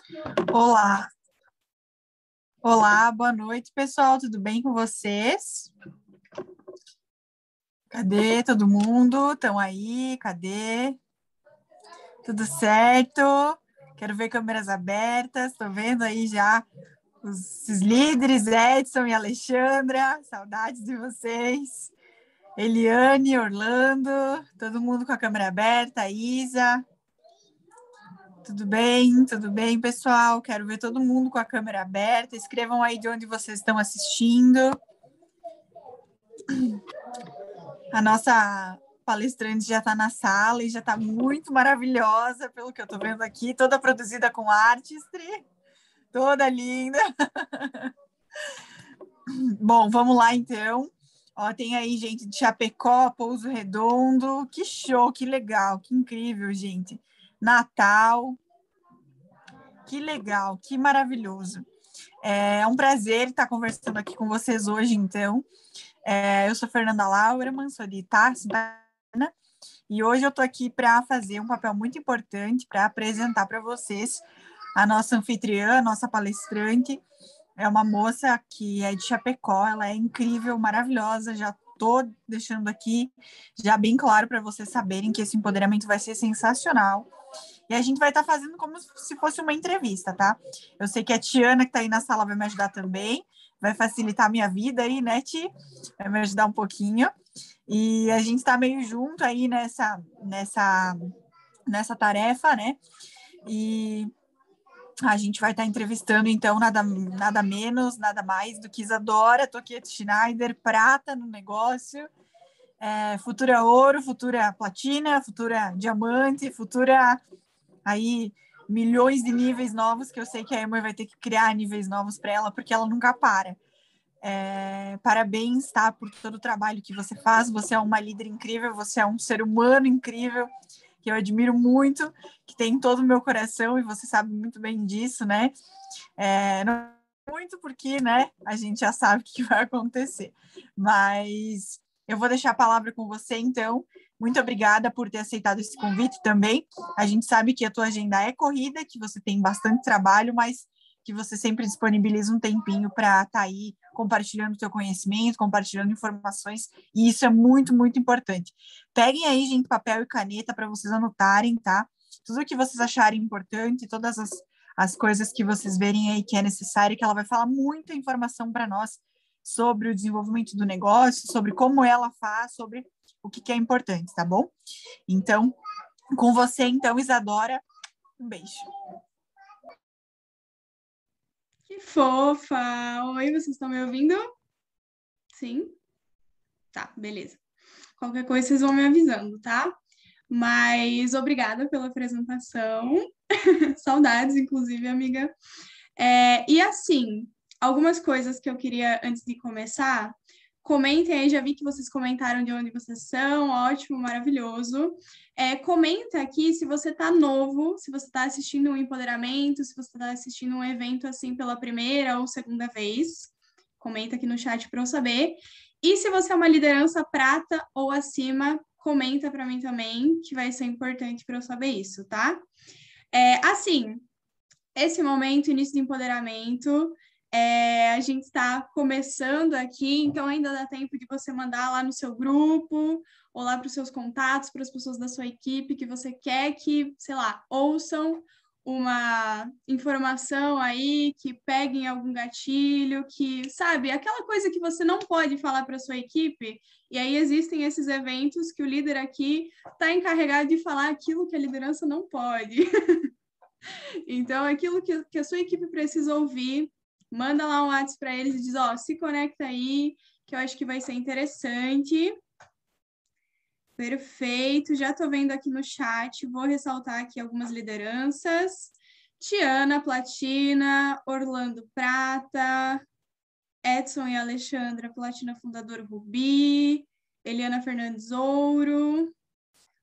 Olá, olá, boa noite, pessoal, tudo bem com vocês? Cadê todo mundo? Estão aí? Cadê? Tudo certo? Quero ver câmeras abertas, estou vendo aí já os líderes, Edson e Alexandra, saudades de vocês. Eliane, Orlando, todo mundo com a câmera aberta, Isa. Tudo bem, pessoal? Quero ver todo mundo com a câmera aberta. Escrevam aí de onde vocês estão assistindo. A nossa palestrante já está na sala e já está muito maravilhosa, pelo que eu estou vendo aqui, toda produzida com artistry, toda linda. Bom, vamos lá então. Ó, tem aí gente de Chapecó, Pouso Redondo. Que show, que legal, que incrível, gente. Natal. Que legal, que maravilhoso. É um prazer estar conversando aqui com vocês hoje, então. Eu sou Fernanda Lauerman, sou de Tarso, e hoje eu estou aqui para fazer um papel muito importante para apresentar para vocês a nossa anfitriã, a nossa palestrante. É uma moça que é de Chapecó, ela é incrível, maravilhosa. Já estou deixando aqui já bem claro para vocês saberem que esse empoderamento vai ser sensacional. E a gente vai estar fazendo como se fosse uma entrevista, tá? Eu sei que a Tiana, que está aí na sala, vai me ajudar também. Vai facilitar a minha vida aí, né, Ti? Vai me ajudar um pouquinho. E a gente está meio junto aí nessa tarefa, né? E a gente vai estar entrevistando, então, nada menos, nada mais do que Isadora Toquete Schneider, prata no negócio, futura ouro, futura platina, futura diamante, futura aí milhões de níveis novos, que eu sei que a Emma vai ter que criar níveis novos para ela, porque ela nunca para. Parabéns, tá, por todo o trabalho que você faz. Você é uma líder incrível, você é um ser humano incrível, que eu admiro muito, que tem todo o meu coração, e você sabe muito bem disso, né? Não muito porque, né, a gente já sabe o que vai acontecer. Mas eu vou deixar a palavra com você, então. Muito obrigada por ter aceitado esse convite também. A gente sabe que a tua agenda é corrida, que você tem bastante trabalho, mas que você sempre disponibiliza um tempinho para estar aí compartilhando o teu conhecimento, compartilhando informações, e isso é muito, muito importante. Peguem aí, gente, papel e caneta para vocês anotarem, tá? Tudo o que vocês acharem importante, todas as coisas que vocês verem aí que é necessário, que ela vai falar muita informação para nós sobre o desenvolvimento do negócio, sobre como ela faz, sobre o que é importante, tá bom? Então, com você, então, Isadora, um beijo. Que fofa! Oi, vocês estão me ouvindo? Sim? Tá, beleza. Qualquer coisa vocês vão me avisando, tá? Mas obrigada pela apresentação. Saudades, inclusive, amiga. E assim, algumas coisas que eu queria, antes de começar, comentem aí, já vi que vocês comentaram de onde vocês são, ótimo, maravilhoso. Comenta aqui se você tá novo, se você tá assistindo um empoderamento, se você tá assistindo um evento assim pela primeira ou segunda vez. Comenta aqui no chat para eu saber. E se você é uma liderança prata ou acima, comenta para mim também, que vai ser importante para eu saber isso, tá? Assim, esse momento, início de empoderamento, a gente está começando aqui, então ainda dá tempo de você mandar lá no seu grupo, ou lá para os seus contatos, para as pessoas da sua equipe que você quer que, sei lá, ouçam uma informação aí, que peguem algum gatilho, que, sabe, aquela coisa que você não pode falar para a sua equipe, e aí existem esses eventos que o líder aqui está encarregado de falar aquilo que a liderança não pode. Então, aquilo que a sua equipe precisa ouvir, manda lá um WhatsApp para eles e diz, se conecta aí, que eu acho que vai ser interessante. Perfeito, já estou vendo aqui no chat, vou ressaltar aqui algumas lideranças. Tiana, Platina, Orlando Prata, Edson e Alexandra, Platina Fundador Rubi, Eliana Fernandes Ouro,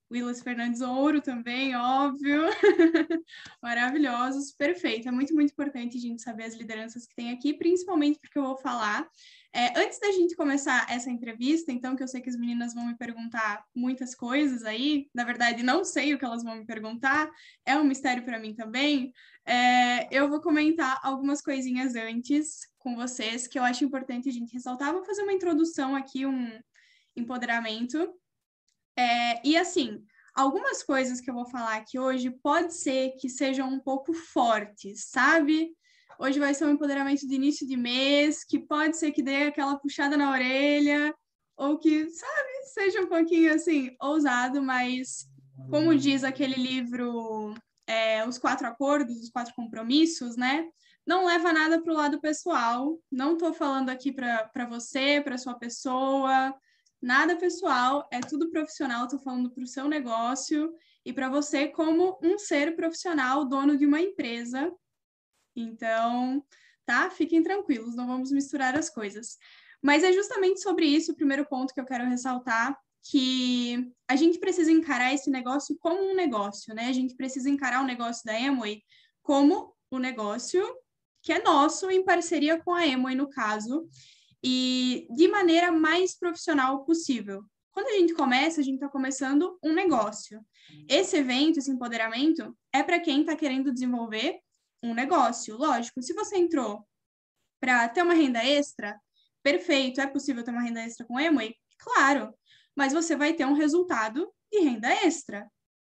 Willis Fernandes Ouro também, óbvio. Maravilhosos, perfeito. É muito, muito importante a gente saber as lideranças que tem aqui, principalmente porque eu vou falar. Antes da gente começar essa entrevista, então, que eu sei que as meninas vão me perguntar muitas coisas aí, na verdade, não sei o que elas vão me perguntar, é um mistério para mim também. Eu vou comentar algumas coisinhas antes com vocês que eu acho importante a gente ressaltar. Vou fazer uma introdução aqui, um empoderamento. E assim, algumas coisas que eu vou falar aqui hoje pode ser que sejam um pouco fortes, sabe? Hoje vai ser um empoderamento de início de mês, que pode ser que dê aquela puxada na orelha, ou que, sabe, seja um pouquinho assim, ousado, mas como diz aquele livro, Os Quatro Acordos, os Quatro Compromissos, né? Não leva nada para o lado pessoal. Não estou falando aqui para você, para sua pessoa. Nada pessoal, é tudo profissional, estou falando para o seu negócio e para você como um ser profissional, dono de uma empresa. Então, tá? Fiquem tranquilos, não vamos misturar as coisas. Mas é justamente sobre isso o primeiro ponto que eu quero ressaltar, que a gente precisa encarar esse negócio como um negócio, né? A gente precisa encarar o negócio da Amway como o negócio que é nosso, em parceria com a Amway, no caso, e de maneira mais profissional possível. Quando a gente começa, a gente está começando um negócio. Esse evento, esse empoderamento, é para quem está querendo desenvolver um negócio. Lógico, se você entrou para ter uma renda extra, perfeito, é possível ter uma renda extra com Amway? Claro, mas você vai ter um resultado de renda extra.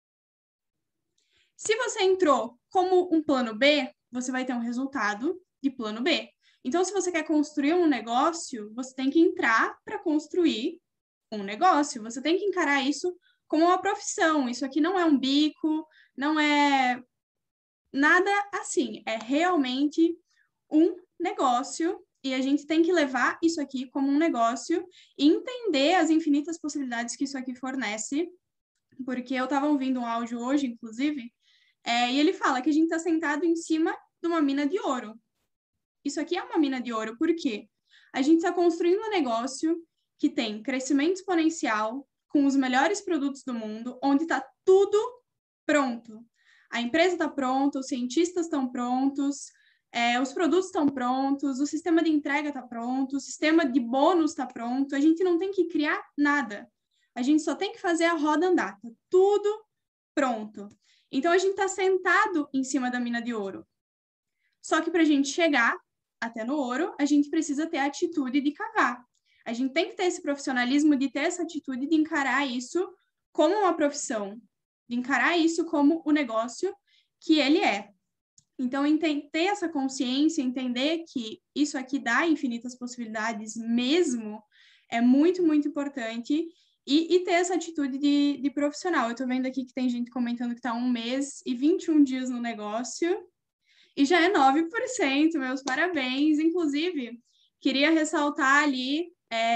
Se você entrou como um plano B, você vai ter um resultado de plano B. Então, se você quer construir um negócio, você tem que entrar para construir um negócio. Você tem que encarar isso como uma profissão. Isso aqui não é um bico, não é nada assim. É realmente um negócio e a gente tem que levar isso aqui como um negócio e entender as infinitas possibilidades que isso aqui fornece. Porque eu estava ouvindo um áudio hoje, inclusive, e ele fala que a gente está sentado em cima de uma mina de ouro. Isso aqui é uma mina de ouro, por quê? A gente está construindo um negócio que tem crescimento exponencial, com os melhores produtos do mundo, onde está tudo pronto. A empresa está pronta, os cientistas estão prontos, os produtos estão prontos, o sistema de entrega está pronto, o sistema de bônus está pronto, a gente não tem que criar nada. A gente só tem que fazer a roda andar, tá tudo pronto. Então, a gente está sentado em cima da mina de ouro. Só que para a gente chegar até no ouro, a gente precisa ter a atitude de cavar. A gente tem que ter esse profissionalismo de ter essa atitude de encarar isso como uma profissão, de encarar isso como o negócio que ele é. Então, ter essa consciência, entender que isso aqui dá infinitas possibilidades mesmo, é muito, muito importante. E ter essa atitude de profissional. Eu estou vendo aqui que tem gente comentando que está 1 mês e 21 dias no negócio. E já é 9%, meus parabéns. Inclusive, queria ressaltar ali,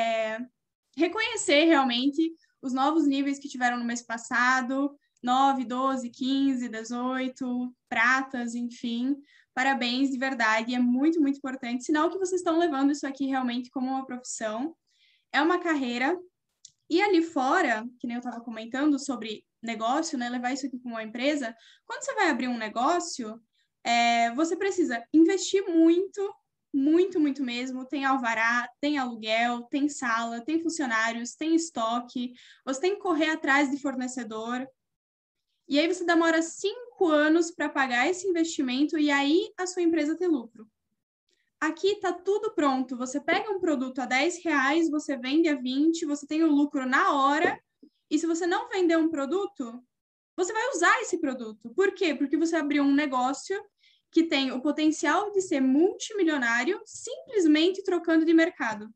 reconhecer realmente os novos níveis que tiveram no mês passado, 9, 12, 15, 18, pratas, enfim. Parabéns, de verdade, é muito, muito importante. Sinal que vocês estão levando isso aqui realmente como uma profissão. É uma carreira. E ali fora, que nem eu estava comentando sobre negócio, né, levar isso aqui como uma empresa, quando você vai abrir um negócio, você precisa investir muito, muito, muito mesmo. Tem alvará, tem aluguel, tem sala, tem funcionários, tem estoque. Você tem que correr atrás de fornecedor. E aí você demora 5 anos para pagar esse investimento e aí a sua empresa tem lucro. Aqui está tudo pronto. Você pega um produto a R$10, você vende a 20, você tem o lucro na hora. E se você não vender um produto, você vai usar esse produto. Por quê? Porque você abriu um negócio que tem o potencial de ser multimilionário simplesmente trocando de mercado.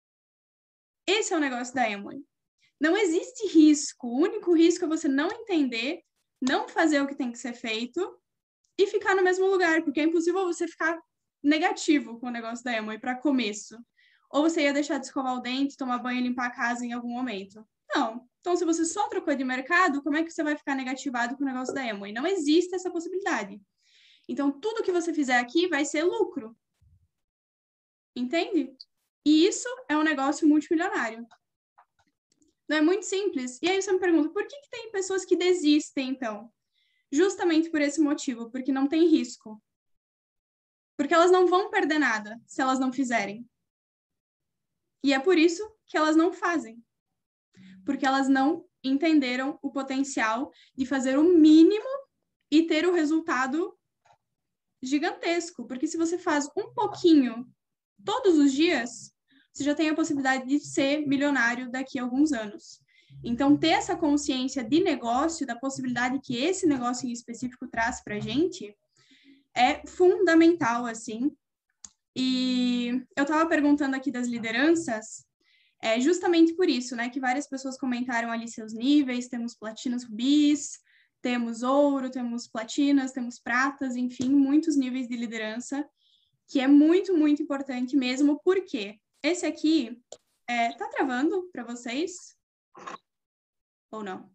Esse é o negócio da Amway. Não existe risco. O único risco é você não entender, não fazer o que tem que ser feito e ficar no mesmo lugar, porque é impossível você ficar negativo com o negócio da Amway para começo. Ou você ia deixar de escovar o dente, tomar banho e limpar a casa em algum momento. Não. Então, se você só trocou de mercado, como é que você vai ficar negativado com o negócio da Amway? Não existe essa possibilidade. Então, tudo que você fizer aqui vai ser lucro. Entende? E isso é um negócio multimilionário. Não é muito simples? E aí você me pergunta, por que tem pessoas que desistem, então? Justamente por esse motivo, porque não tem risco. Porque elas não vão perder nada se elas não fizerem. E é por isso que elas não fazem. Porque elas não entenderam o potencial de fazer o mínimo e ter o resultado gigantesco. Porque se você faz um pouquinho todos os dias, você já tem a possibilidade de ser milionário daqui a alguns anos. Então, ter essa consciência de negócio, da possibilidade que esse negócio em específico traz para a gente, é fundamental, assim. E eu estava perguntando aqui das lideranças, justamente por isso, né, que várias pessoas comentaram ali seus níveis, temos platinas, rubis, temos ouro, temos platinas, temos pratas, enfim, muitos níveis de liderança, que é muito, muito importante mesmo, porque esse aqui, tá travando para vocês? Ou não?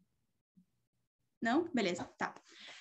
Não? Beleza, tá.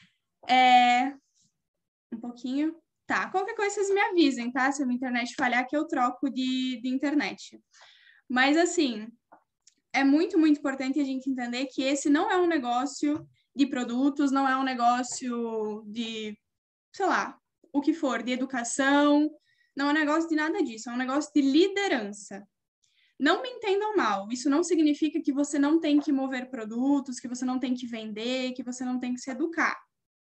Um pouquinho. Tá, qualquer coisa vocês me avisem, tá? Se a minha internet falhar, que eu troco de internet. Mas, assim, é muito, muito importante a gente entender que esse não é um negócio de produtos, não é um negócio de, sei lá, o que for, de educação, não é um negócio de nada disso, é um negócio de liderança. Não me entendam mal, isso não significa que você não tem que mover produtos, que você não tem que vender, que você não tem que se educar.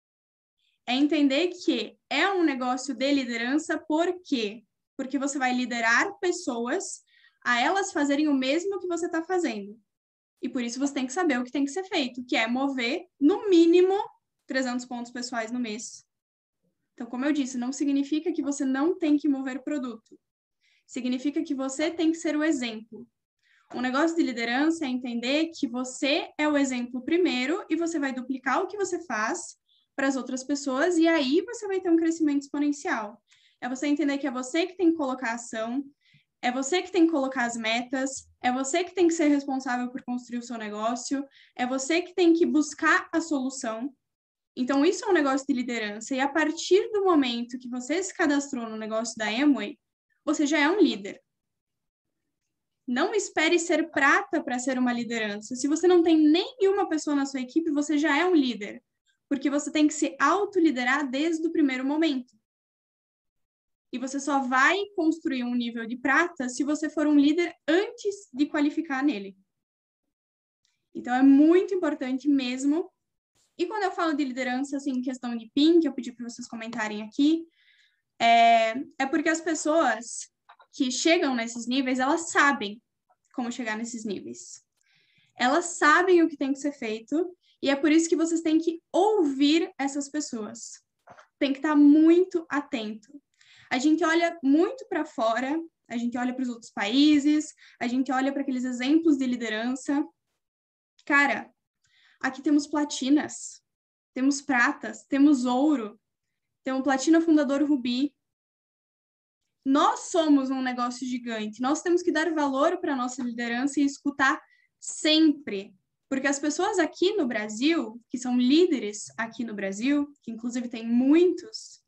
É entender que é um negócio de liderança, por quê? Porque você vai liderar pessoas a elas fazerem o mesmo que você está fazendo. E por isso você tem que saber o que tem que ser feito, que é mover, no mínimo, 300 pontos pessoais no mês. Então, como eu disse, não significa que você não tem que mover produto. Significa que você tem que ser o exemplo. Um negócio de liderança é entender que você é o exemplo primeiro e você vai duplicar o que você faz para as outras pessoas e aí você vai ter um crescimento exponencial. É você entender que é você que tem que colocar ação, é você que tem que colocar as metas, é você que tem que ser responsável por construir o seu negócio, é você que tem que buscar a solução. Então, isso é um negócio de liderança. E a partir do momento que você se cadastrou no negócio da Amway, você já é um líder. Não espere ser prata para ser uma liderança. Se você não tem nenhuma pessoa na sua equipe, você já é um líder. Porque você tem que se autoliderar desde o primeiro momento. E você só vai construir um nível de prata se você for um líder antes de qualificar nele. Então, é muito importante mesmo. E quando eu falo de liderança, assim, em questão de PIN, que eu pedi para vocês comentarem aqui, é porque as pessoas que chegam nesses níveis, elas sabem como chegar nesses níveis. Elas sabem o que tem que ser feito e é por isso que vocês têm que ouvir essas pessoas. Tem que estar muito atento. A gente olha muito para fora, a gente olha para os outros países, a gente olha para aqueles exemplos de liderança. Cara, aqui temos platinas, temos pratas, temos ouro, temos platina fundador rubi. Nós somos um negócio gigante. Nós temos que dar valor para a nossa liderança e escutar sempre. Porque as pessoas aqui no Brasil, que são líderes aqui no Brasil, que inclusive tem muitos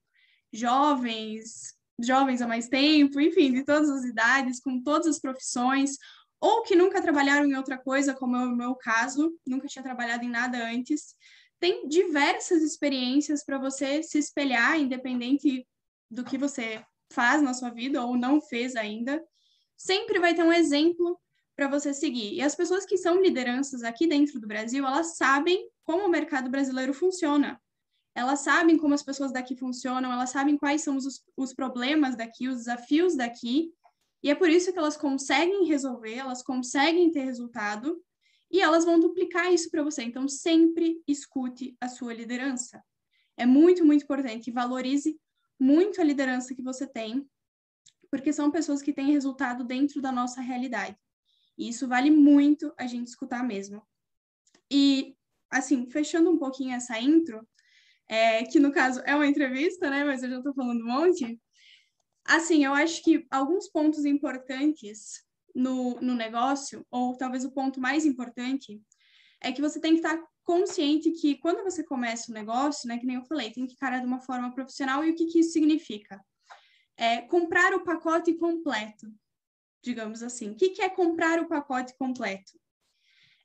jovens há mais tempo, enfim, de todas as idades, com todas as profissões, ou que nunca trabalharam em outra coisa, como é o meu caso, nunca tinha trabalhado em nada antes. Tem diversas experiências para você se espelhar, independente do que você faz na sua vida ou não fez ainda, sempre vai ter um exemplo para você seguir. E as pessoas que são lideranças aqui dentro do Brasil, elas sabem como o mercado brasileiro funciona. Elas sabem como as pessoas daqui funcionam, elas sabem quais são os problemas daqui, os desafios daqui, e é por isso que elas conseguem resolver, elas conseguem ter resultado, e elas vão duplicar isso para você. Então, sempre escute a sua liderança. É muito, muito importante. Valorize muito a liderança que você tem, porque são pessoas que têm resultado dentro da nossa realidade. E isso vale muito a gente escutar mesmo. E, assim, fechando um pouquinho essa intro, que no caso é uma entrevista, né? Mas eu já estou falando um monte. Assim, eu acho que alguns pontos importantes no negócio, ou talvez o ponto mais importante, é que você tem que estar consciente que quando você começa o negócio, né, que nem eu falei, tem que encarar de uma forma profissional. E o que isso significa? Comprar o pacote completo, digamos assim. O que é comprar o pacote completo?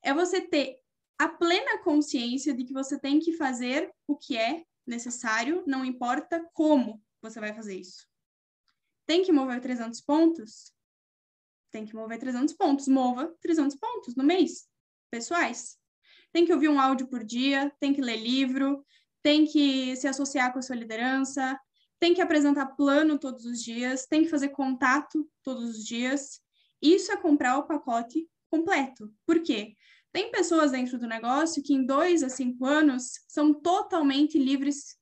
é você ter a plena consciência de que você tem que fazer o que é necessário, não importa como você vai fazer isso. Tem que mover 300 pontos? Tem que mover 300 pontos. Mova 300 pontos no mês, pessoais. Tem que ouvir um áudio por dia, tem que ler livro, tem que se associar com a sua liderança, tem que apresentar plano todos os dias, tem que fazer contato todos os dias. Isso é comprar o pacote completo. Por quê? Tem pessoas dentro do negócio que em 2 a 5 anos são totalmente livres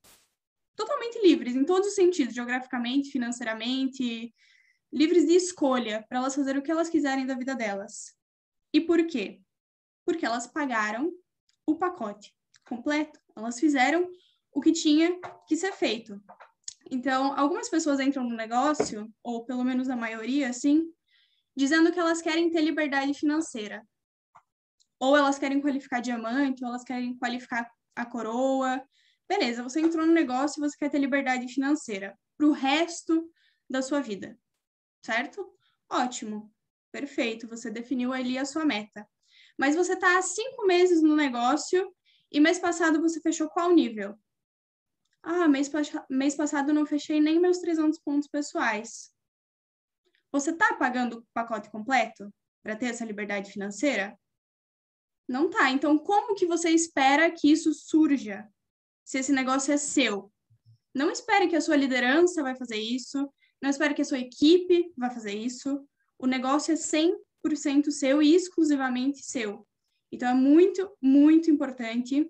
em todos os sentidos, geograficamente, financeiramente, livres de escolha para elas fazerem o que elas quiserem da vida delas. E por quê? Porque elas pagaram o pacote completo, elas fizeram o que tinha que ser feito. Então, algumas pessoas entram no negócio, ou pelo menos a maioria, assim, dizendo que elas querem ter liberdade financeira. Ou elas querem qualificar diamante, ou elas querem qualificar a coroa. Beleza, você entrou no negócio e você quer ter liberdade financeira para o resto da sua vida, certo? Ótimo, perfeito, você definiu ali a sua meta. Mas você está há 5 meses no negócio e mês passado você fechou qual nível? Ah, mês passado eu não fechei nem meus 300 pontos pessoais. Você está pagando o pacote completo para ter essa liberdade financeira? Não tá. Então, como que você espera que isso surja? Se esse negócio é seu? Não espere que a sua liderança vai fazer isso. Não espere que a sua equipe vai fazer isso. O negócio é 100% seu e exclusivamente seu. Então, é muito, muito importante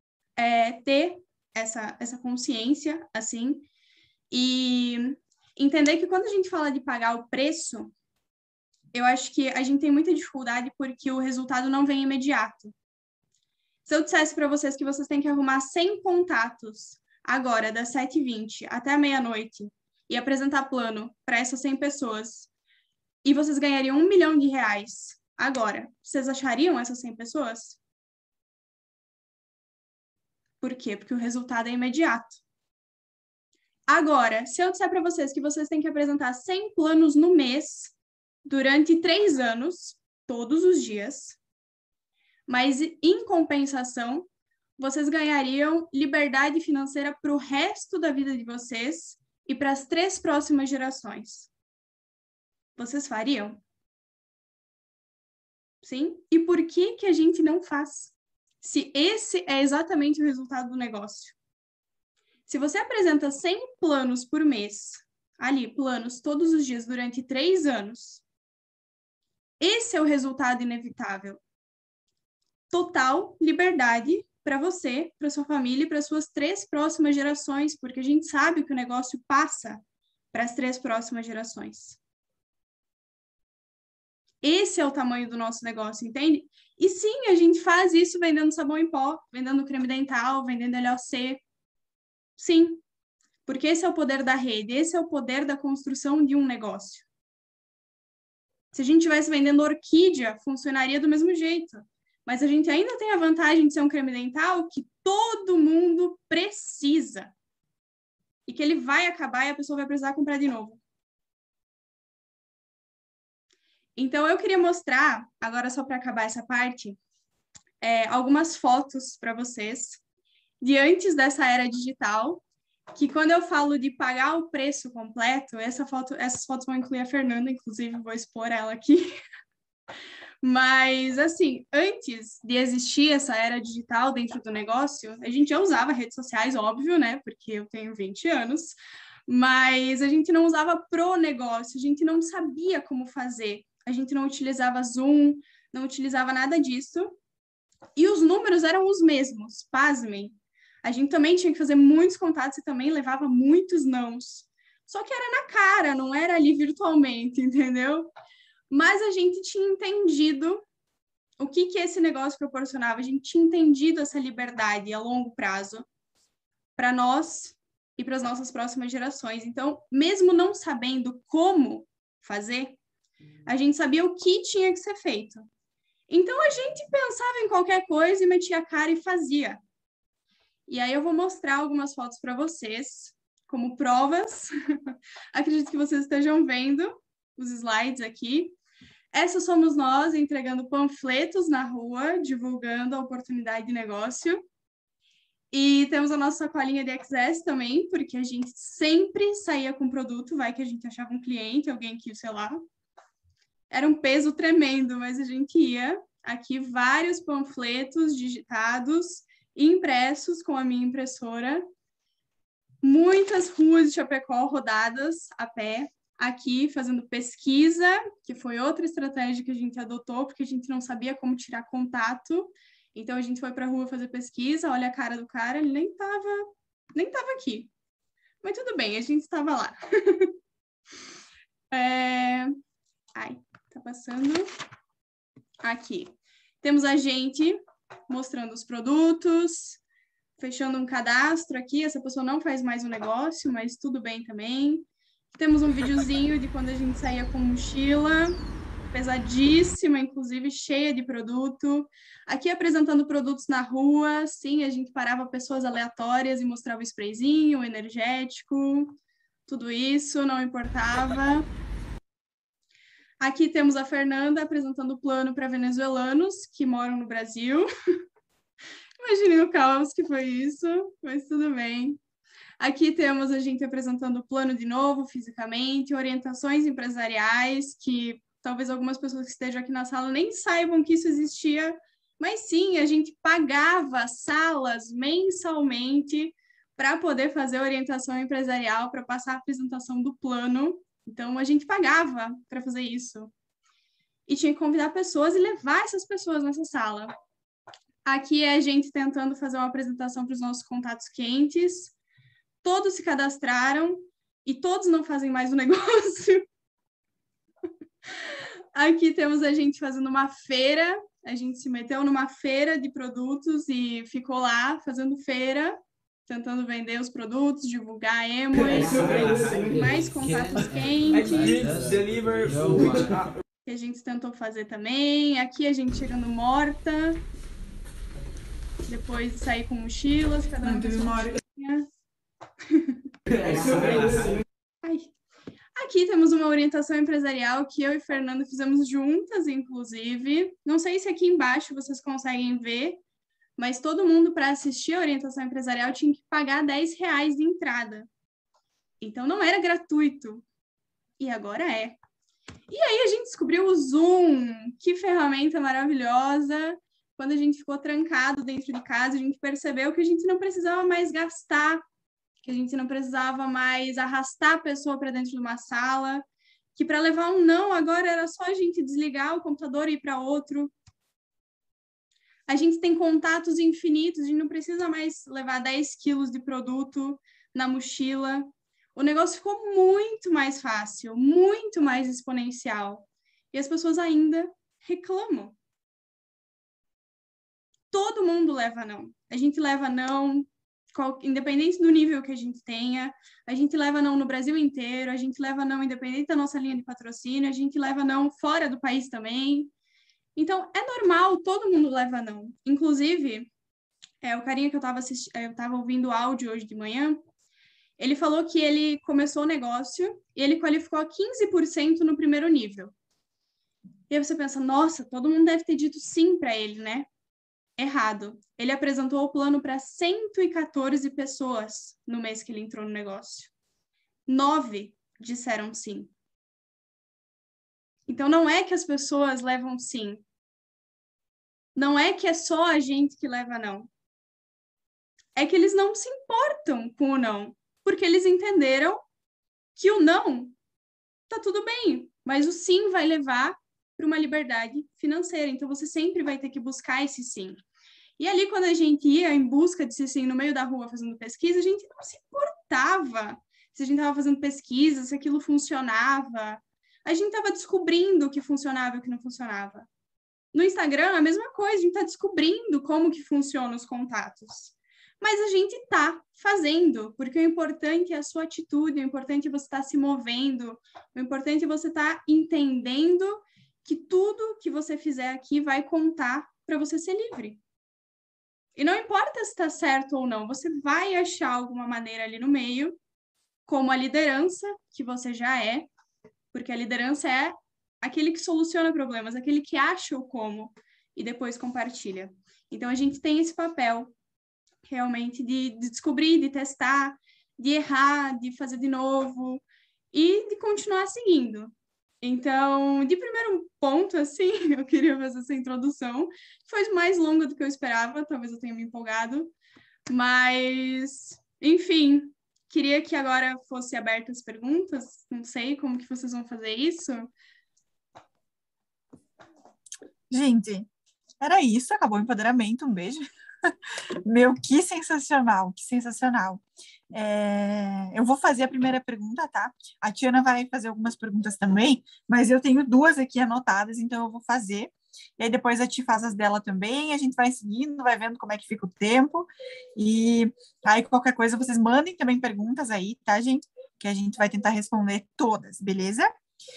ter essa consciência, assim, e entender que quando a gente fala de pagar o preço, eu acho que a gente tem muita dificuldade porque o resultado não vem imediato. Se eu dissesse para vocês que vocês têm que arrumar 100 contatos agora, das 7h20 até a meia-noite, e apresentar plano para essas 100 pessoas, e vocês ganhariam R$1 milhão agora, vocês achariam essas 100 pessoas? Por quê? Porque o resultado é imediato. Agora, se eu disser para vocês que vocês têm que apresentar 100 planos no mês, durante 3 anos, todos os dias, mas em compensação, vocês ganhariam liberdade financeira para o resto da vida de vocês e para as 3 próximas gerações. Vocês fariam? Sim? E por que que a gente não faz? Se esse é exatamente o resultado do negócio. Se você apresenta 100 planos por mês, ali, planos todos os dias durante 3 anos, esse é o resultado inevitável. Total liberdade para você, para sua família e para suas 3 próximas gerações, porque a gente sabe que o negócio passa para as 3 próximas gerações. Esse é o tamanho do nosso negócio, entende? E sim, a gente faz isso vendendo sabão em pó, vendendo creme dental, vendendo LOC. Sim, porque esse é o poder da rede, esse é o poder da construção de um negócio. Se a gente estivesse vendendo orquídea, funcionaria do mesmo jeito. Mas a gente ainda tem a vantagem de ser um creme dental que todo mundo precisa. E que ele vai acabar e a pessoa vai precisar comprar de novo. Então, eu queria mostrar, agora só para acabar essa parte, algumas fotos para vocês de antes dessa era digital, que quando eu falo de pagar o preço completo, essas fotos vão incluir a Fernanda, inclusive vou expor ela aqui. Mas, assim, antes de existir essa era digital dentro do negócio, a gente já usava redes sociais, óbvio, né? Porque eu tenho 20 anos, mas a gente não usava pro negócio, a gente não sabia como fazer. A gente não utilizava Zoom, não utilizava nada disso. E os números eram os mesmos, pasmem. A gente também tinha que fazer muitos contatos e também levava muitos nãos. Só que era na cara, não era ali virtualmente, entendeu? Mas a gente tinha entendido o que esse negócio proporcionava. A gente tinha entendido essa liberdade a longo prazo para nós e para as nossas próximas gerações. Então, mesmo não sabendo como fazer, a gente sabia o que tinha que ser feito. Então, a gente pensava em qualquer coisa e metia a cara e fazia. E aí eu vou mostrar algumas fotos para vocês, como provas. Acredito que vocês estejam vendo os slides aqui. Essa somos nós entregando panfletos na rua, divulgando a oportunidade de negócio. E temos a nossa sacolinha de Access também, porque a gente sempre saía com produto, vai que a gente achava um cliente, alguém que, sei lá, era um peso tremendo, mas a gente ia. Aqui vários panfletos digitados, impressos com a minha impressora. Muitas ruas de Chapecó rodadas a pé. Aqui fazendo pesquisa, que foi outra estratégia que a gente adotou, porque a gente não sabia como tirar contato. Então a gente foi para a rua fazer pesquisa, olha a cara do cara, ele nem tava aqui. Mas tudo bem, a gente estava lá. Ai, tá passando. Aqui. Temos a gente mostrando os produtos, fechando um cadastro aqui. Essa pessoa não faz mais um negócio, mas tudo bem também. Temos um videozinho de quando a gente saía com mochila, pesadíssima, inclusive, cheia de produto. Aqui apresentando produtos na rua, sim, a gente parava pessoas aleatórias e mostrava o sprayzinho, o energético, tudo isso, não importava. Aqui temos a Fernanda apresentando o plano para venezuelanos que moram no Brasil. Imaginem o caos que foi isso, mas tudo bem. Aqui temos a gente apresentando o plano de novo, fisicamente, orientações empresariais, que talvez algumas pessoas que estejam aqui na sala nem saibam que isso existia, mas sim, a gente pagava salas mensalmente para poder fazer orientação empresarial, para passar a apresentação do plano. Então, a gente pagava para fazer isso. E tinha que convidar pessoas e levar essas pessoas nessa sala. Aqui é a gente tentando fazer uma apresentação para os nossos contatos quentes. Todos se cadastraram e todos não fazem mais o negócio. Aqui temos a gente fazendo uma feira. A gente se meteu numa feira de produtos e ficou lá fazendo feira, tentando vender os produtos, divulgar a Amway, mais contatos quentes, que a gente tentou fazer também. Aqui a gente chegando morta, depois de sair com mochilas, cada um com sua mochilinha. Ai. Aqui temos uma orientação empresarial que eu e Fernanda fizemos juntas, inclusive. Não sei se aqui embaixo vocês conseguem ver, mas todo mundo, para assistir a orientação empresarial, tinha que pagar R$10 de entrada. Então, não era gratuito. E agora é. E aí, a gente descobriu o Zoom. Que ferramenta maravilhosa. Quando a gente ficou trancado dentro de casa, a gente percebeu que a gente não precisava mais gastar, que a gente não precisava mais arrastar a pessoa para dentro de uma sala, que para levar um não, agora era só a gente desligar o computador e ir para outro. A gente tem contatos infinitos, a gente não precisa mais levar 10 quilos de produto na mochila. O negócio ficou muito mais fácil, muito mais exponencial. E as pessoas ainda reclamam. Todo mundo leva não. A gente leva não, independente do nível que a gente tenha. A gente leva não no Brasil inteiro, a gente leva não independente da nossa linha de patrocínio, a gente leva não fora do país também. Então, é normal, todo mundo leva não. Inclusive, o carinha que eu estava ouvindo o áudio hoje de manhã, ele falou que ele começou o negócio e ele qualificou a 15% no primeiro nível. E aí você pensa, nossa, todo mundo deve ter dito sim para ele, né? Errado. Ele apresentou o plano para 114 pessoas no mês que ele entrou no negócio. 9 disseram sim. Então, não é que as pessoas levam sim. Não é que é só a gente que leva não. É que eles não se importam com o não. Porque eles entenderam que o não tá tudo bem, mas o sim vai levar para uma liberdade financeira. Então, você sempre vai ter que buscar esse sim. E ali, quando a gente ia em busca desse sim no meio da rua fazendo pesquisa, a gente não se importava se a gente estava fazendo pesquisa, se aquilo funcionava. A gente estava descobrindo o que funcionava e o que não funcionava. No Instagram, a mesma coisa, a gente está descobrindo como que funcionam os contatos. Mas a gente está fazendo, porque o importante é a sua atitude, o importante é você estar se movendo, o importante é você estar entendendo que tudo que você fizer aqui vai contar para você ser livre. E não importa se está certo ou não, você vai achar alguma maneira ali no meio, como a liderança, que você já é, porque a liderança é aquele que soluciona problemas, aquele que acha o como e depois compartilha. Então, a gente tem esse papel realmente de descobrir, de testar, de errar, de fazer de novo e de continuar seguindo. Então, de primeiro ponto, assim, eu queria fazer essa introdução. Foi mais longa do que eu esperava, talvez eu tenha me empolgado, mas, enfim, queria que agora fosse abertas as perguntas. Não sei como que vocês vão fazer isso. Gente, era isso, acabou o empoderamento, um beijo. Meu, que sensacional, que sensacional. Eu vou fazer a primeira pergunta, tá? A Tiana vai fazer algumas perguntas também, mas eu tenho duas aqui anotadas, então eu vou fazer. E aí depois a Ti faz as dela também, a gente vai seguindo, vai vendo como é que fica o tempo. E aí qualquer coisa vocês mandem também perguntas aí, tá, gente? Que a gente vai tentar responder todas, beleza?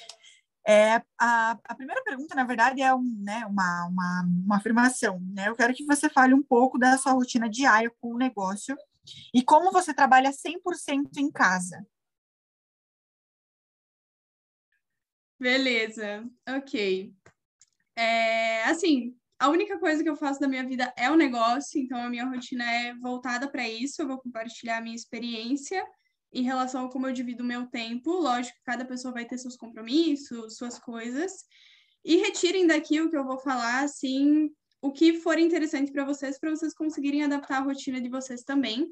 A primeira pergunta, na verdade, é uma afirmação, né? Eu quero que você fale um pouco da sua rotina diária com o negócio e como você trabalha 100% em casa. Beleza, ok. Assim, a única coisa que eu faço da minha vida é o negócio, então a minha rotina é voltada para isso. Eu vou compartilhar a minha experiência em relação a como eu divido o meu tempo. Lógico, cada pessoa vai ter seus compromissos, suas coisas. E retirem daqui o que eu vou falar, assim, o que for interessante para vocês conseguirem adaptar a rotina de vocês também.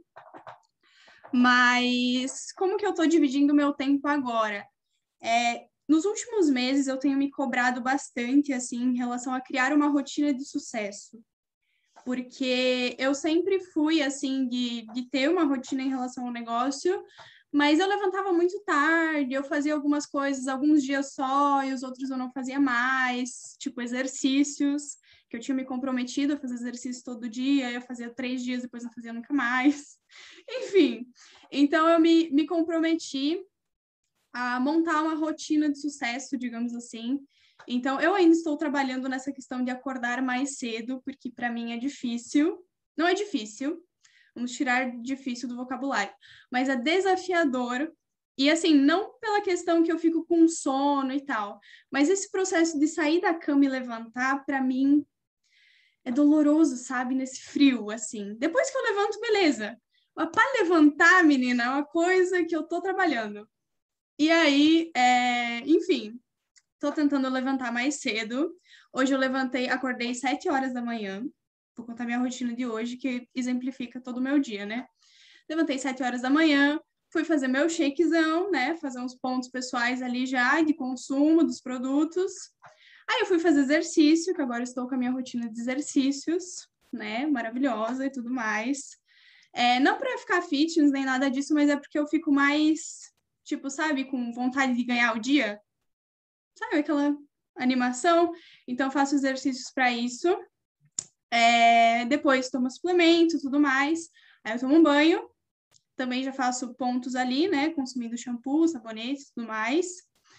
Mas como que eu estou dividindo o meu tempo agora? Nos últimos meses, eu tenho me cobrado bastante, assim, em relação a criar uma rotina de sucesso. Porque eu sempre fui, assim, de ter uma rotina em relação ao negócio, mas eu levantava muito tarde, eu fazia algumas coisas, alguns dias só, e os outros eu não fazia mais, tipo exercícios, que eu tinha me comprometido a fazer exercício todo dia, eu fazia 3 dias, depois não fazia nunca mais. Enfim, então eu me comprometi a montar uma rotina de sucesso, digamos assim. Então, eu ainda estou trabalhando nessa questão de acordar mais cedo, porque para mim é difícil. Não é difícil, vamos tirar difícil do vocabulário, mas é desafiador. E assim, não pela questão que eu fico com sono e tal, mas esse processo de sair da cama e levantar, para mim, é doloroso, sabe? Nesse frio, assim. Depois que eu levanto, beleza. Mas para levantar, menina, é uma coisa que eu tô trabalhando. E aí, enfim, tô tentando levantar mais cedo. Hoje eu acordei 7 horas da manhã. Vou contar minha rotina de hoje, que exemplifica todo o meu dia, né? Levantei 7 horas da manhã, fui fazer meu shakezão, né? Fazer uns pontos pessoais ali já de consumo dos produtos. Aí eu fui fazer exercício, que agora estou com a minha rotina de exercícios, né? Maravilhosa e tudo mais. Não para ficar fitness nem nada disso, mas é porque eu fico mais, tipo, sabe, com vontade de ganhar o dia. Sabe aquela animação? Então, faço exercícios para isso. Depois tomo suplemento e tudo mais. Aí eu tomo um banho. Também já faço pontos ali, né? Consumindo shampoo, sabonete e tudo mais.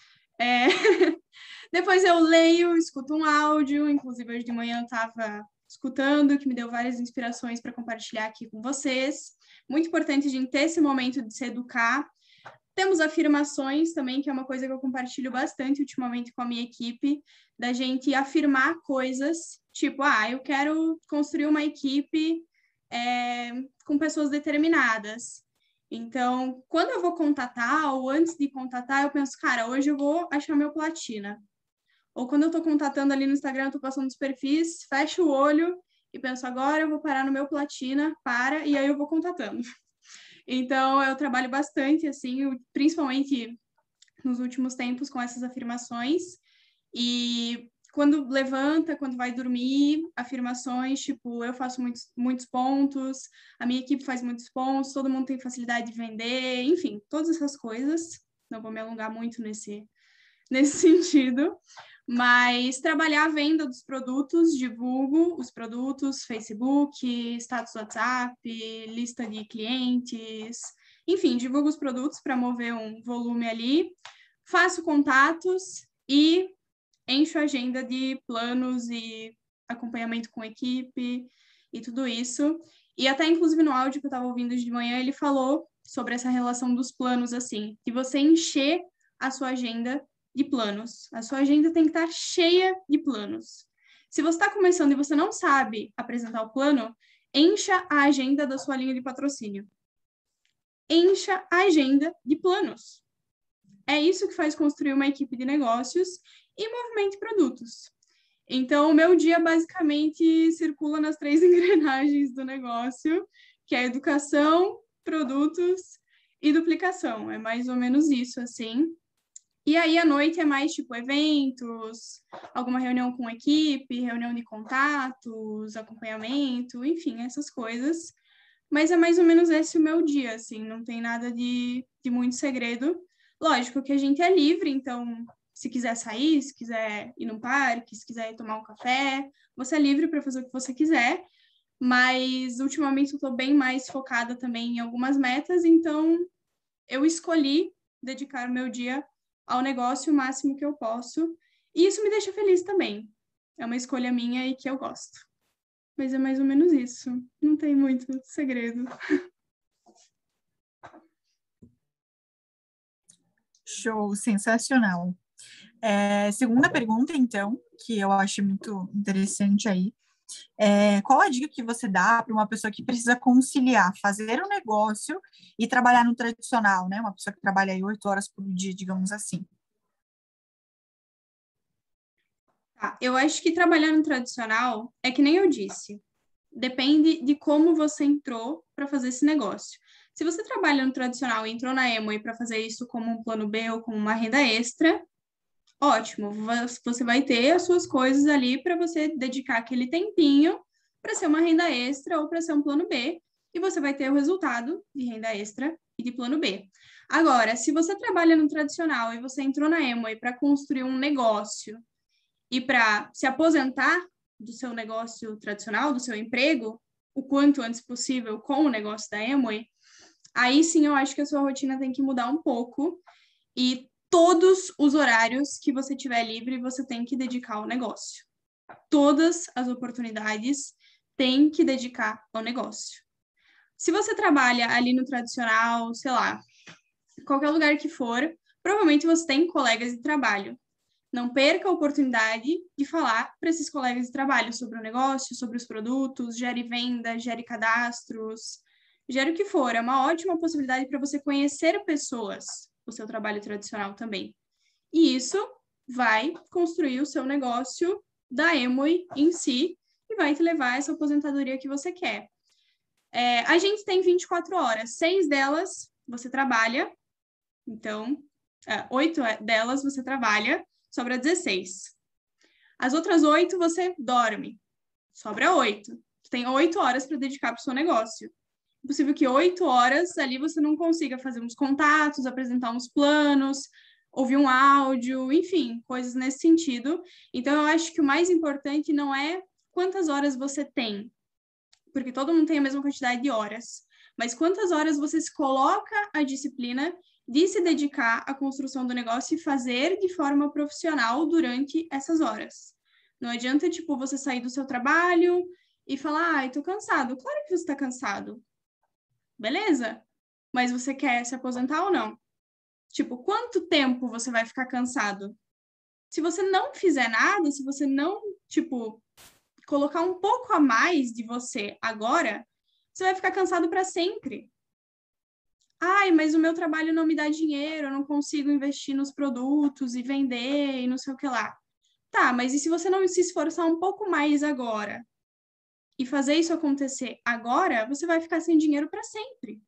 Depois eu leio, escuto um áudio. Inclusive, hoje de manhã eu estava escutando, que me deu várias inspirações para compartilhar aqui com vocês. Muito importante a gente ter esse momento de se educar. Temos afirmações também, que é uma coisa que eu compartilho bastante ultimamente com a minha equipe, da gente afirmar coisas, tipo, eu quero construir uma equipe com pessoas determinadas. Então, quando eu vou contatar, ou antes de contatar, eu penso, cara, hoje eu vou achar meu platina. Ou quando eu tô contatando ali no Instagram, eu tô passando os perfis, fecho o olho e penso, agora eu vou parar no meu platina, e aí eu vou contatando. Então, eu trabalho bastante, assim, principalmente nos últimos tempos, com essas afirmações. E quando levanta, quando vai dormir, afirmações, tipo, eu faço muitos pontos, a minha equipe faz muitos pontos, todo mundo tem facilidade de vender, enfim, todas essas coisas. Não vou me alongar muito nesse sentido. Mas trabalhar a venda dos produtos, divulgo os produtos, Facebook, status WhatsApp, lista de clientes, enfim, divulgo os produtos para mover um volume ali, faço contatos e encho a agenda de planos e acompanhamento com equipe e tudo isso. E até, inclusive, no áudio que eu estava ouvindo de manhã, ele falou sobre essa relação dos planos, assim, de você encher a sua agenda de planos. A sua agenda tem que estar cheia de planos. Se você está começando e você não sabe apresentar o plano, encha a agenda da sua linha de patrocínio. Encha a agenda de planos. É isso que faz construir uma equipe de negócios e movimente produtos. Então, o meu dia basicamente circula nas 3 engrenagens do negócio, que é educação, produtos e duplicação. É mais ou menos isso, assim. E aí, à noite é mais, tipo, eventos, alguma reunião com equipe, reunião de contatos, acompanhamento, enfim, essas coisas. Mas é mais ou menos esse o meu dia, assim, não tem nada de muito segredo. Lógico que a gente é livre, então, se quiser sair, se quiser ir no parque, se quiser ir tomar um café, você é livre para fazer o que você quiser. Mas, ultimamente, eu estou bem mais focada também em algumas metas, então, eu escolhi dedicar o meu dia ao negócio o máximo que eu posso. E isso me deixa feliz também. É uma escolha minha e que eu gosto. Mas é mais ou menos isso. Não tem muito segredo. Show, sensacional. Segunda pergunta, então, que eu acho muito interessante aí. Qual a dica que você dá para uma pessoa que precisa conciliar fazer um negócio e trabalhar no tradicional, né? Uma pessoa que trabalha aí 8 horas por dia, digamos assim. Tá, eu acho que trabalhar no tradicional é que nem eu disse. Depende de como você entrou para fazer esse negócio. Se você trabalha no tradicional e entrou na Amway para fazer isso como um plano B ou como uma renda extra, ótimo, você vai ter as suas coisas ali para você dedicar aquele tempinho para ser uma renda extra ou para ser um plano B, e você vai ter o resultado de renda extra e de plano B. Agora, se você trabalha no tradicional e você entrou na Amway para construir um negócio e para se aposentar do seu negócio tradicional, do seu emprego, o quanto antes possível com o negócio da Amway, aí sim eu acho que a sua rotina tem que mudar um pouco e todos os horários que você tiver livre, você tem que dedicar ao negócio. Todas as oportunidades tem que dedicar ao negócio. Se você trabalha ali no tradicional, sei lá, qualquer lugar que for, provavelmente você tem colegas de trabalho. Não perca a oportunidade de falar para esses colegas de trabalho sobre o negócio, sobre os produtos, gere venda, gere cadastros, gere o que for. É uma ótima possibilidade para você conhecer pessoas, o seu trabalho tradicional também. E isso vai construir o seu negócio da Amway em si e vai te levar a essa aposentadoria que você quer. A gente tem 24 horas, 6 delas você trabalha, então, 8 delas você trabalha, sobra 16. As outras 8 você dorme, sobra 8. Você tem 8 horas para dedicar para o seu negócio. É possível que 8 horas ali você não consiga fazer uns contatos, apresentar uns planos, ouvir um áudio, enfim, coisas nesse sentido. Então, eu acho que o mais importante não é quantas horas você tem, porque todo mundo tem a mesma quantidade de horas, mas quantas horas você se coloca a disciplina de se dedicar à construção do negócio e fazer de forma profissional durante essas horas. Não adianta, tipo, você sair do seu trabalho e falar, ai, tô cansado. Claro que você tá cansado. Beleza? Mas você quer se aposentar ou não? Tipo, quanto tempo você vai ficar cansado? Se você não fizer nada, se você não, tipo, colocar um pouco a mais de você agora, você vai ficar cansado para sempre. Ai, mas o meu trabalho não me dá dinheiro, eu não consigo investir nos produtos e vender e não sei o que lá. Tá, mas e se você não se esforçar um pouco mais agora e fazer isso acontecer agora, você vai ficar sem dinheiro para sempre.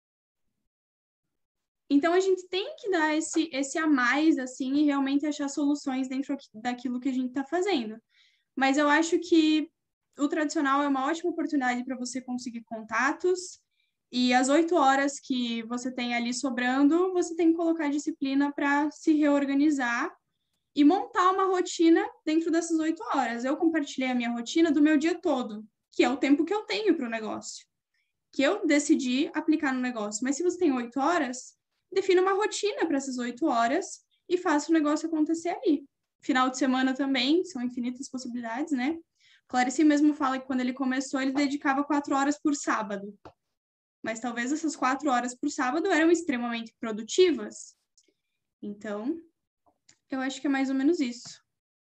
Então, a gente tem que dar esse a mais, assim, e realmente achar soluções dentro daquilo que a gente está fazendo. Mas eu acho que o tradicional é uma ótima oportunidade para você conseguir contatos, e as 8 horas que você tem ali sobrando, você tem que colocar disciplina para se reorganizar e montar uma rotina dentro dessas 8 horas. Eu compartilhei a minha rotina do meu dia todo, que é o tempo que eu tenho para o negócio, que eu decidi aplicar no negócio. Mas se você tem 8 horas, defina uma rotina para essas 8 horas e faça o negócio acontecer ali. Final de semana também, são infinitas possibilidades, né? Clarice mesmo fala que quando ele começou, ele dedicava 4 horas por sábado. Mas talvez essas 4 horas por sábado eram extremamente produtivas. Então, Eu acho que é mais ou menos isso.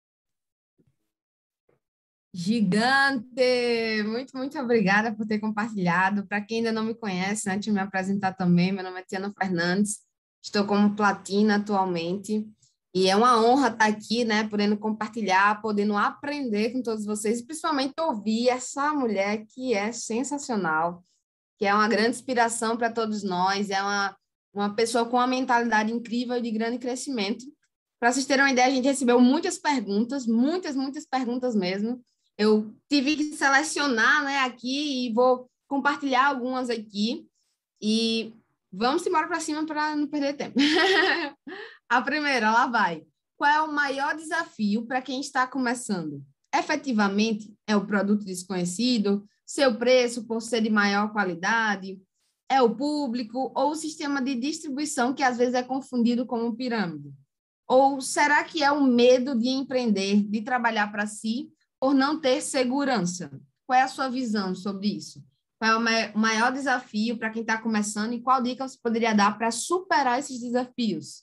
Gigante! Muito, muito obrigada por ter compartilhado. Para quem ainda não me conhece, antes de me apresentar também, meu nome é Tiana Fernandes, estou como platina atualmente, e é uma honra estar aqui, né, podendo compartilhar, podendo aprender com todos vocês, e principalmente ouvir essa mulher que é sensacional, que é uma grande inspiração para todos nós, é uma pessoa com uma mentalidade incrível e de grande crescimento. Para vocês terem uma ideia, a gente recebeu muitas perguntas, muitas perguntas mesmo. Eu tive que selecionar, né, aqui e vou compartilhar algumas aqui. E vamos embora para cima para não perder tempo. A primeira, lá vai. Qual é o maior desafio para quem está começando? Efetivamente, é o produto desconhecido, seu preço por ser de maior qualidade, é o público ou o sistema de distribuição que às vezes é confundido como pirâmide? Ou será que é o medo de empreender, de trabalhar para si, por não ter segurança? Qual é a sua visão sobre isso? Qual é o maior desafio para quem está começando e qual dica você poderia dar para superar esses desafios?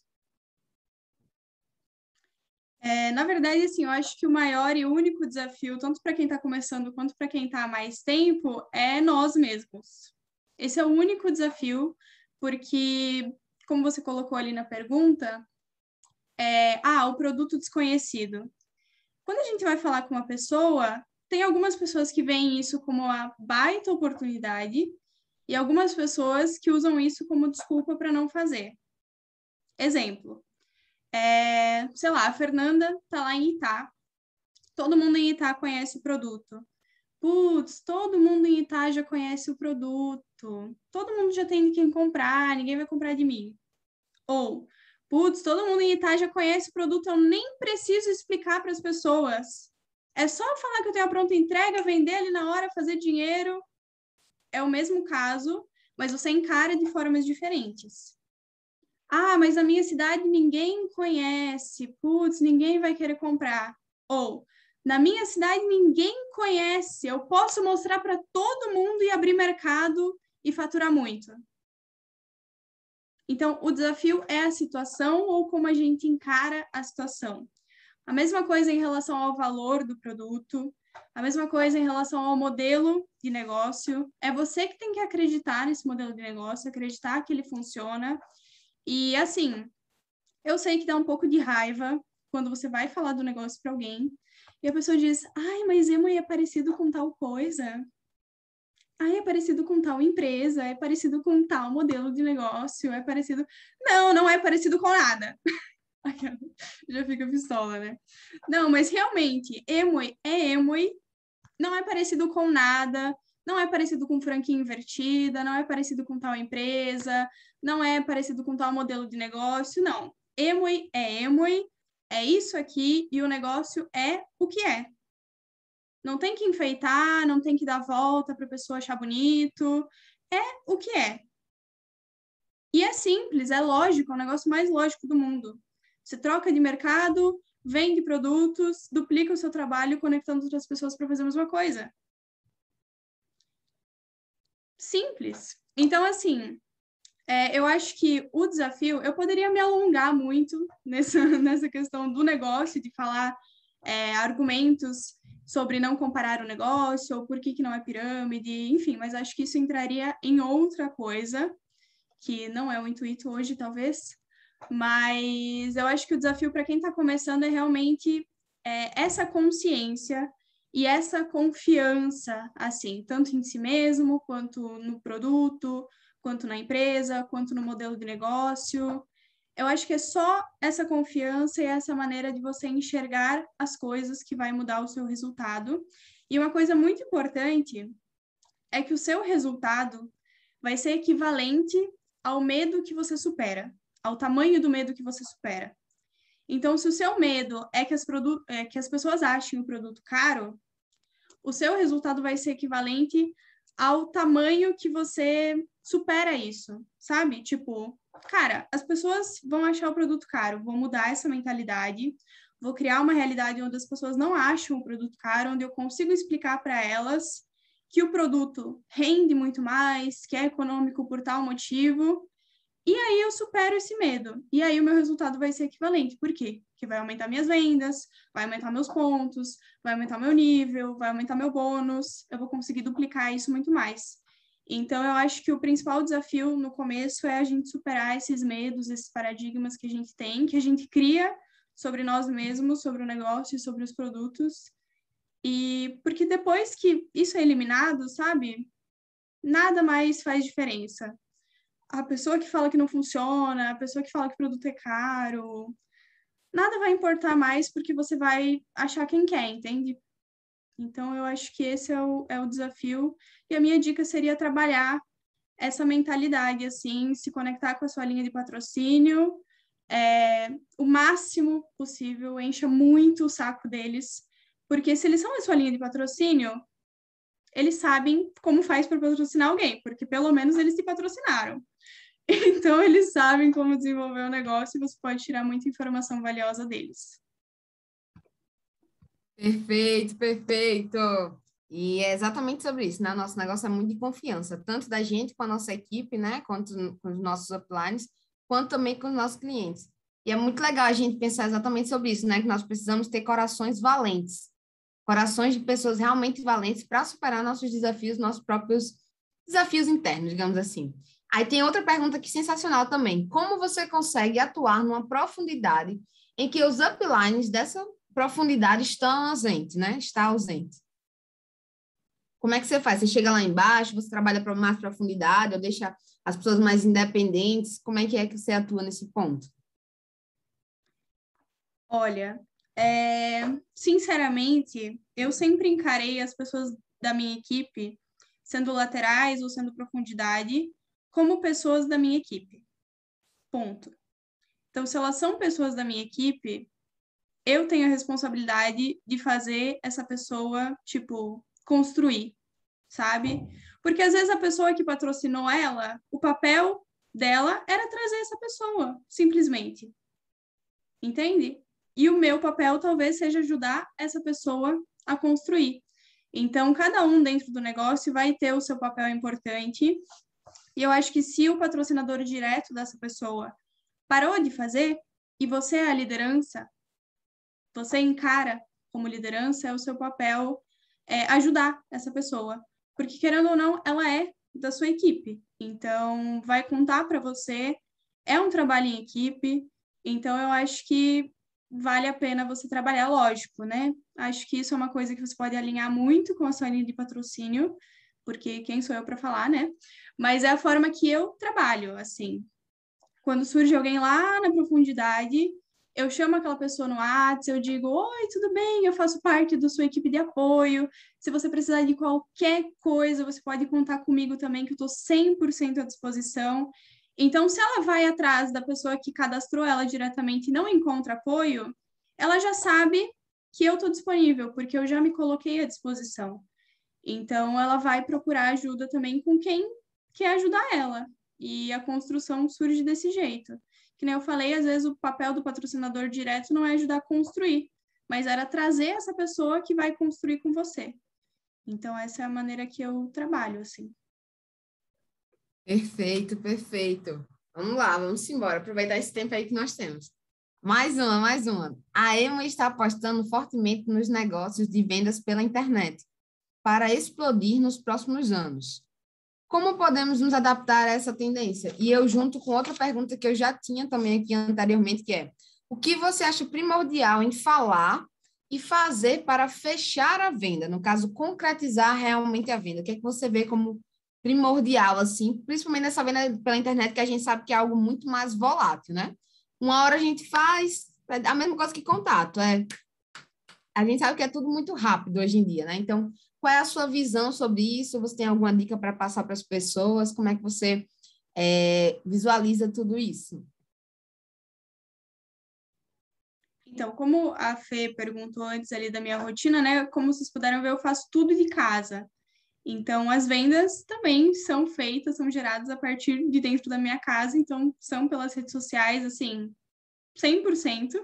Na verdade, assim, eu acho que o maior e único desafio, tanto para quem está começando quanto para quem está há mais tempo, é nós mesmos. Esse é o único desafio, porque, como você colocou ali na pergunta, o produto desconhecido. Quando a gente vai falar com uma pessoa, tem algumas pessoas que veem isso como uma baita oportunidade e algumas pessoas que usam isso como desculpa para não fazer. Exemplo, sei lá, a Fernanda tá lá em Itá, todo mundo em Itá conhece o produto. Putz, todo mundo em Itá já conhece o produto, todo mundo já tem de quem comprar, ninguém vai comprar de mim. Ou, putz, todo mundo em Itá já conhece o produto, eu nem preciso explicar para as pessoas. É só falar que eu tenho a pronta entrega, vender ali na hora, fazer dinheiro. É o mesmo caso, mas você encara de formas diferentes. Ah, mas na minha cidade ninguém conhece. Putz, ninguém vai querer comprar. Ou, na minha cidade ninguém conhece. Eu posso mostrar para todo mundo e abrir mercado e faturar muito. Então, o desafio é a situação ou como a gente encara a situação. A mesma coisa em relação ao valor do produto, a mesma coisa em relação ao modelo de negócio. É você que tem que acreditar nesse modelo de negócio, acreditar que ele funciona. E, assim, eu sei que dá um pouco de raiva quando você vai falar do negócio para alguém e a pessoa diz, ai, mas Emo é parecido com tal coisa. Ai, é parecido com tal empresa, é parecido com tal modelo de negócio, é parecido... Não, não é parecido com nada. Já fica pistola, né? Não, mas realmente, Emoi é Emoi, não é parecido com nada, não é parecido com franquia invertida, não é parecido com tal empresa, não é parecido com tal modelo de negócio, não. Emoi, é isso aqui e o negócio é o que é. Não tem que enfeitar, não tem que dar volta para a pessoa achar bonito. É o que é. E é simples, é lógico, é o negócio mais lógico do mundo. Você troca de mercado, vende produtos, duplica o seu trabalho conectando outras pessoas para fazer a mesma coisa. Simples. Então, assim, eu acho que o desafio... Eu poderia me alongar muito nessa questão do negócio, de falar argumentos sobre não comparar o negócio, ou por que não é pirâmide, enfim, mas acho que isso entraria em outra coisa, que não é o intuito hoje, talvez, mas eu acho que o desafio para quem está começando é realmente essa consciência e essa confiança, assim, tanto em si mesmo, quanto no produto, quanto na empresa, quanto no modelo de negócio. Eu acho que é só essa confiança e essa maneira de você enxergar as coisas que vai mudar o seu resultado. E uma coisa muito importante é que o seu resultado vai ser equivalente ao medo que você supera, ao tamanho do medo que você supera. Então, se o seu medo é que as pessoas achem o produto caro, o seu resultado vai ser equivalente ao tamanho que você supera isso, sabe? Tipo, cara, as pessoas vão achar o produto caro, vou mudar essa mentalidade, vou criar uma realidade onde as pessoas não acham o produto caro, onde eu consigo explicar para elas que o produto rende muito mais, que é econômico por tal motivo, E aí eu supero esse medo. E aí o meu resultado vai ser equivalente. Por quê? Porque vai aumentar minhas vendas, vai aumentar meus pontos, vai aumentar meu nível, vai aumentar meu bônus. Eu vou conseguir duplicar isso muito mais. Então, eu acho que o principal desafio no começo é a gente superar esses medos, esses paradigmas que a gente tem, que a gente cria sobre nós mesmos, sobre o negócio e sobre os produtos. E porque depois que isso é eliminado, sabe? Nada mais faz diferença. A pessoa que fala que não funciona, a pessoa que fala que o produto é caro, nada vai importar mais porque você vai achar quem quer, entende? Então, eu acho que esse é o desafio. E a minha dica seria trabalhar essa mentalidade, assim, se conectar com a sua linha de patrocínio, o máximo possível, encha muito o saco deles, porque se eles são a sua linha de patrocínio, eles sabem como faz para patrocinar alguém, porque pelo menos eles te patrocinaram. Então, eles sabem como desenvolver o negócio e você pode tirar muita informação valiosa deles. Perfeito, perfeito. E é exatamente sobre isso, né? Nosso negócio é muito de confiança, tanto da gente com a nossa equipe, né? Quanto com os nossos uplines, quanto também com os nossos clientes. E é muito legal a gente pensar exatamente sobre isso, né? Que nós precisamos ter corações valentes, corações de pessoas realmente valentes para superar nossos desafios, nossos próprios desafios internos, digamos assim. Aí tem outra pergunta aqui sensacional também. Como você consegue atuar numa profundidade em que os uplines dessa profundidade estão ausentes, né? Está ausente. Como é que você faz? Você chega lá embaixo, você trabalha para mais profundidade, ou deixa as pessoas mais independentes? Como é que você atua nesse ponto? Olha, sinceramente, eu sempre encarei as pessoas da minha equipe, sendo laterais ou sendo profundidade, como pessoas da minha equipe. Ponto. Então, se elas são pessoas da minha equipe, eu tenho a responsabilidade de fazer essa pessoa, tipo, construir, sabe? Porque às vezes a pessoa que patrocinou ela, o papel dela era trazer essa pessoa, simplesmente. Entende? E o meu papel talvez seja ajudar essa pessoa a construir. Então, cada um dentro do negócio vai ter o seu papel importante. E eu acho que se o patrocinador direto dessa pessoa parou de fazer, e você é a liderança, você encara como liderança, é o seu papel ajudar essa pessoa. Porque, querendo ou não, ela é da sua equipe. Então, vai contar para você, é um trabalho em equipe. Então, eu acho que vale a pena você trabalhar, lógico, né? Acho que isso é uma coisa que você pode alinhar muito com a sua linha de patrocínio, porque quem sou eu para falar, né? Mas é a forma que eu trabalho, assim. Quando surge alguém lá na profundidade, eu chamo aquela pessoa no WhatsApp, eu digo, oi, tudo bem? Eu faço parte da sua equipe de apoio. Se você precisar de qualquer coisa, você pode contar comigo também, que eu estou 100% à disposição. Então, se ela vai atrás da pessoa que cadastrou ela diretamente e não encontra apoio, ela já sabe que eu estou disponível, porque eu já me coloquei à disposição. Então, ela vai procurar ajuda também com quem quer ajudar ela. E a construção surge desse jeito. Que nem eu falei, às vezes o papel do patrocinador direto não é ajudar a construir, mas era trazer essa pessoa que vai construir com você. Então, essa é a maneira que eu trabalho, assim. Perfeito, perfeito. Vamos lá, vamos embora, aproveitar esse tempo aí que nós temos. Mais uma, mais uma. A Ema está apostando fortemente nos negócios de vendas pela internet para explodir nos próximos anos. Como podemos nos adaptar a essa tendência? E eu junto com outra pergunta que eu já tinha também aqui anteriormente, que é: o que você acha primordial em falar e fazer para fechar a venda? No caso, concretizar realmente a venda. O que é que você vê como primordial, assim, principalmente nessa venda pela internet, que a gente sabe que é algo muito mais volátil, né? Uma hora a gente faz a mesma coisa que contato, a gente sabe que é tudo muito rápido hoje em dia, né? Então, qual é a sua visão sobre isso? Você tem alguma dica para passar para as pessoas? Como é que você visualiza tudo isso? Então, como a Fê perguntou antes ali da minha rotina, né? Como vocês puderam ver, eu faço tudo de casa. Então, as vendas também são feitas, são geradas a partir de dentro da minha casa. Então, são pelas redes sociais, assim, 100%.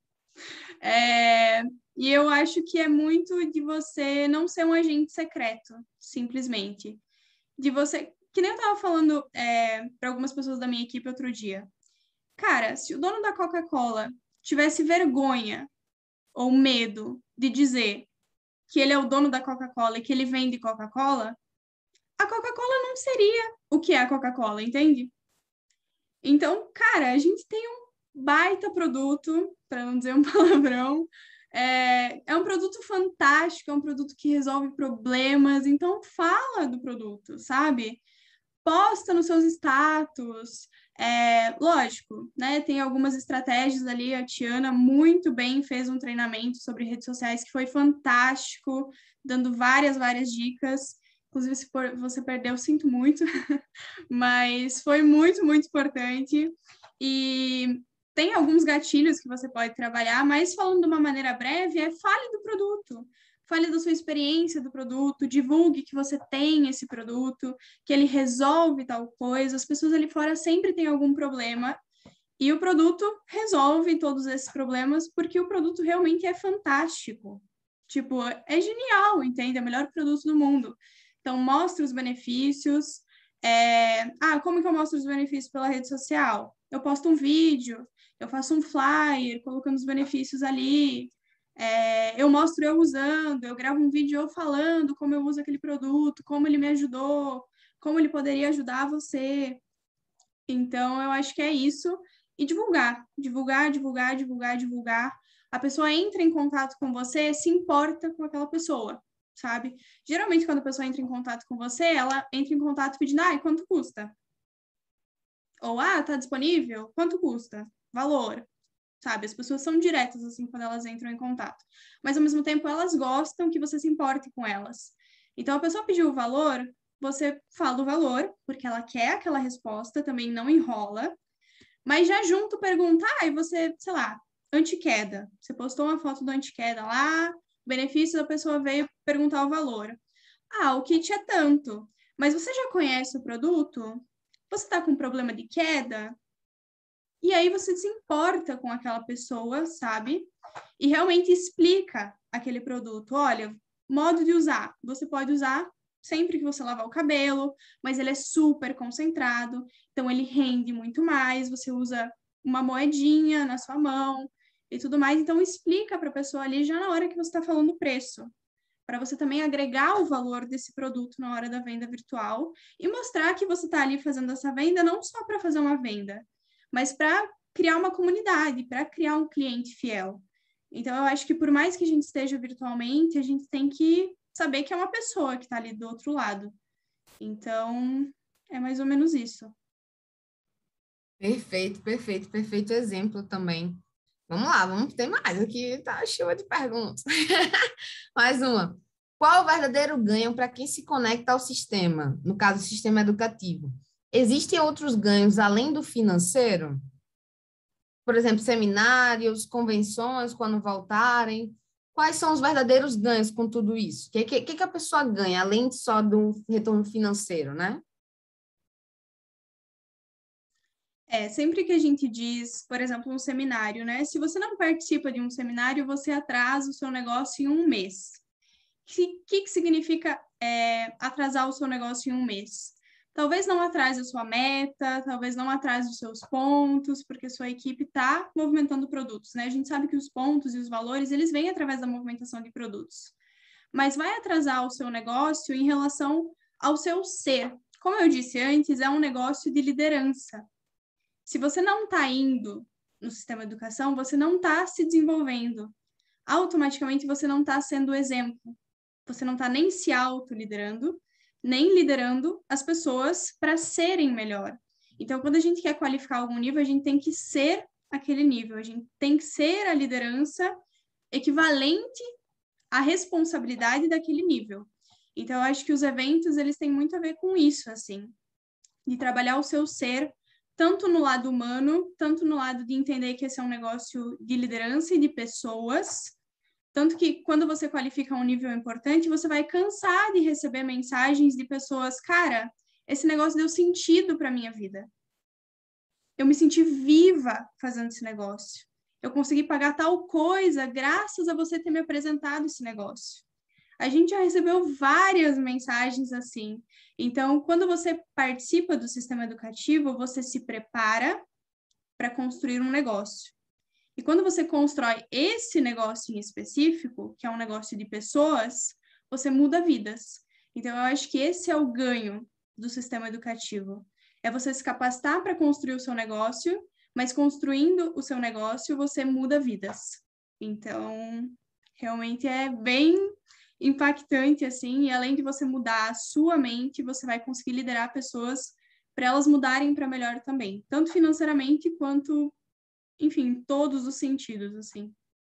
E eu acho que é muito de você não ser um agente secreto, simplesmente. De você que nem eu estava falando para algumas pessoas da minha equipe outro dia. Cara, se o dono da Coca-Cola tivesse vergonha ou medo de dizer que ele é o dono da Coca-Cola e que ele vende Coca-Cola, a Coca-Cola não seria o que é a Coca-Cola, entende? Então, cara, a gente tem um baita produto, para não dizer um palavrão, é um produto fantástico, é um produto que resolve problemas, então fala do produto, sabe? Posta nos seus status, lógico, né? Tem algumas estratégias ali, a Tiana muito bem fez um treinamento sobre redes sociais que foi fantástico, dando várias dicas. Inclusive, se você perdeu, sinto muito, mas foi muito importante. E tem alguns gatilhos que você pode trabalhar, mas falando de uma maneira breve, fale do produto. Fale da sua experiência do produto, divulgue que você tem esse produto, que ele resolve tal coisa. As pessoas ali fora sempre têm algum problema e o produto resolve todos esses problemas porque o produto realmente é fantástico. Tipo, é genial, entende? É o melhor produto do mundo. Então, mostre os benefícios. Como que eu mostro os benefícios pela rede social? Eu posto um vídeo, eu faço um flyer colocando os benefícios ali. Eu mostro eu usando, eu gravo um vídeo eu falando como eu uso aquele produto, como ele me ajudou, como ele poderia ajudar você. Então, eu acho que é isso. E divulgar. A pessoa entra em contato com você, se importa com aquela pessoa, sabe? Geralmente, quando a pessoa entra em contato com você, ela entra em contato pedindo, quanto custa? Ou, tá disponível? Quanto custa? Valor. Sabe? As pessoas são diretas, assim, quando elas entram em contato. Mas, ao mesmo tempo, elas gostam que você se importe com elas. Então, a pessoa pediu o valor, você fala o valor, porque ela quer aquela resposta, também não enrola. Mas já junto pergunta, e você, sei lá, anti-queda. Você postou uma foto do anti-queda lá, benefício da pessoa veio perguntar o valor. O kit é tanto. Mas você já conhece o produto? Você está com problema de queda? E aí você se importa com aquela pessoa, sabe? E realmente explica aquele produto. Olha, modo de usar. Você pode usar sempre que você lavar o cabelo, mas ele é super concentrado, então ele rende muito mais. Você usa uma moedinha na sua mão e tudo mais. Então explica para a pessoa ali já na hora que você está falando o preço, para você também agregar o valor desse produto na hora da venda virtual e mostrar que você está ali fazendo essa venda não só para fazer uma venda, mas para criar uma comunidade, para criar um cliente fiel. Então, eu acho que por mais que a gente esteja virtualmente, a gente tem que saber que é uma pessoa que está ali do outro lado. Então, é mais ou menos isso. Perfeito exemplo também. Vamos lá, vamos ter mais aqui, tá chuva de perguntas. Mais uma. Qual o verdadeiro ganho para quem se conecta ao sistema? No caso, o sistema educativo. Existem outros ganhos além do financeiro? Por exemplo, seminários, convenções, quando voltarem. Quais são os verdadeiros ganhos com tudo isso? O que a pessoa ganha, além só do retorno financeiro, né? Sempre que a gente diz, por exemplo, um seminário, né? Se você não participa de um seminário, você atrasa o seu negócio em um mês. O que significa atrasar o seu negócio em um mês? Talvez não atrase a sua meta, talvez não atrase os seus pontos, porque a sua equipe está movimentando produtos, né? A gente sabe que os pontos e os valores, eles vêm através da movimentação de produtos. Mas vai atrasar o seu negócio em relação ao seu ser. Como eu disse antes, é um negócio de liderança. Se você não está indo no sistema de educação, você não está se desenvolvendo. Automaticamente, você não está sendo exemplo. Você não está nem se autoliderando, nem liderando as pessoas para serem melhor. Então, quando a gente quer qualificar algum nível, a gente tem que ser aquele nível. A gente tem que ser a liderança equivalente à responsabilidade daquele nível. Então, eu acho que os eventos, eles têm muito a ver com isso, assim, de trabalhar o seu ser, tanto no lado humano, tanto no lado de entender que esse é um negócio de liderança e de pessoas, tanto que quando você qualifica um nível importante, você vai cansar de receber mensagens de pessoas, cara, esse negócio deu sentido para a minha vida. Eu me senti viva fazendo esse negócio. Eu consegui pagar tal coisa graças a você ter me apresentado esse negócio. A gente já recebeu várias mensagens assim. Então, quando você participa do sistema educativo, você se prepara para construir um negócio. E quando você constrói esse negócio em específico, que é um negócio de pessoas, você muda vidas. Então, eu acho que esse é o ganho do sistema educativo. É você se capacitar para construir o seu negócio, mas construindo o seu negócio, você muda vidas. Então, realmente é bem impactante, assim, e além de você mudar a sua mente, você vai conseguir liderar pessoas para elas mudarem para melhor também, tanto financeiramente quanto, enfim, em todos os sentidos, assim.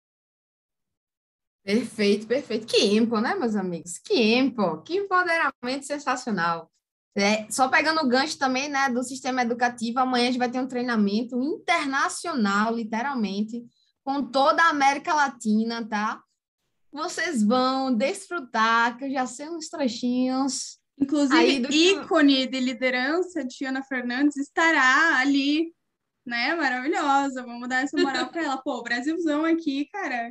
Perfeito, perfeito. Que ímpar, né, meus amigos? Que ímpar, que empoderamento sensacional. Só pegando o gancho também, né, do sistema educativo, amanhã a gente vai ter um treinamento internacional, literalmente, com toda a América Latina, tá? Vocês vão desfrutar, que eu já sei uns trechinhos aí Inclusive, do que... ícone de liderança, Tiana Fernandes, estará ali, né? Maravilhosa. Vamos dar essa moral para ela. Pô, Brasilzão aqui, cara.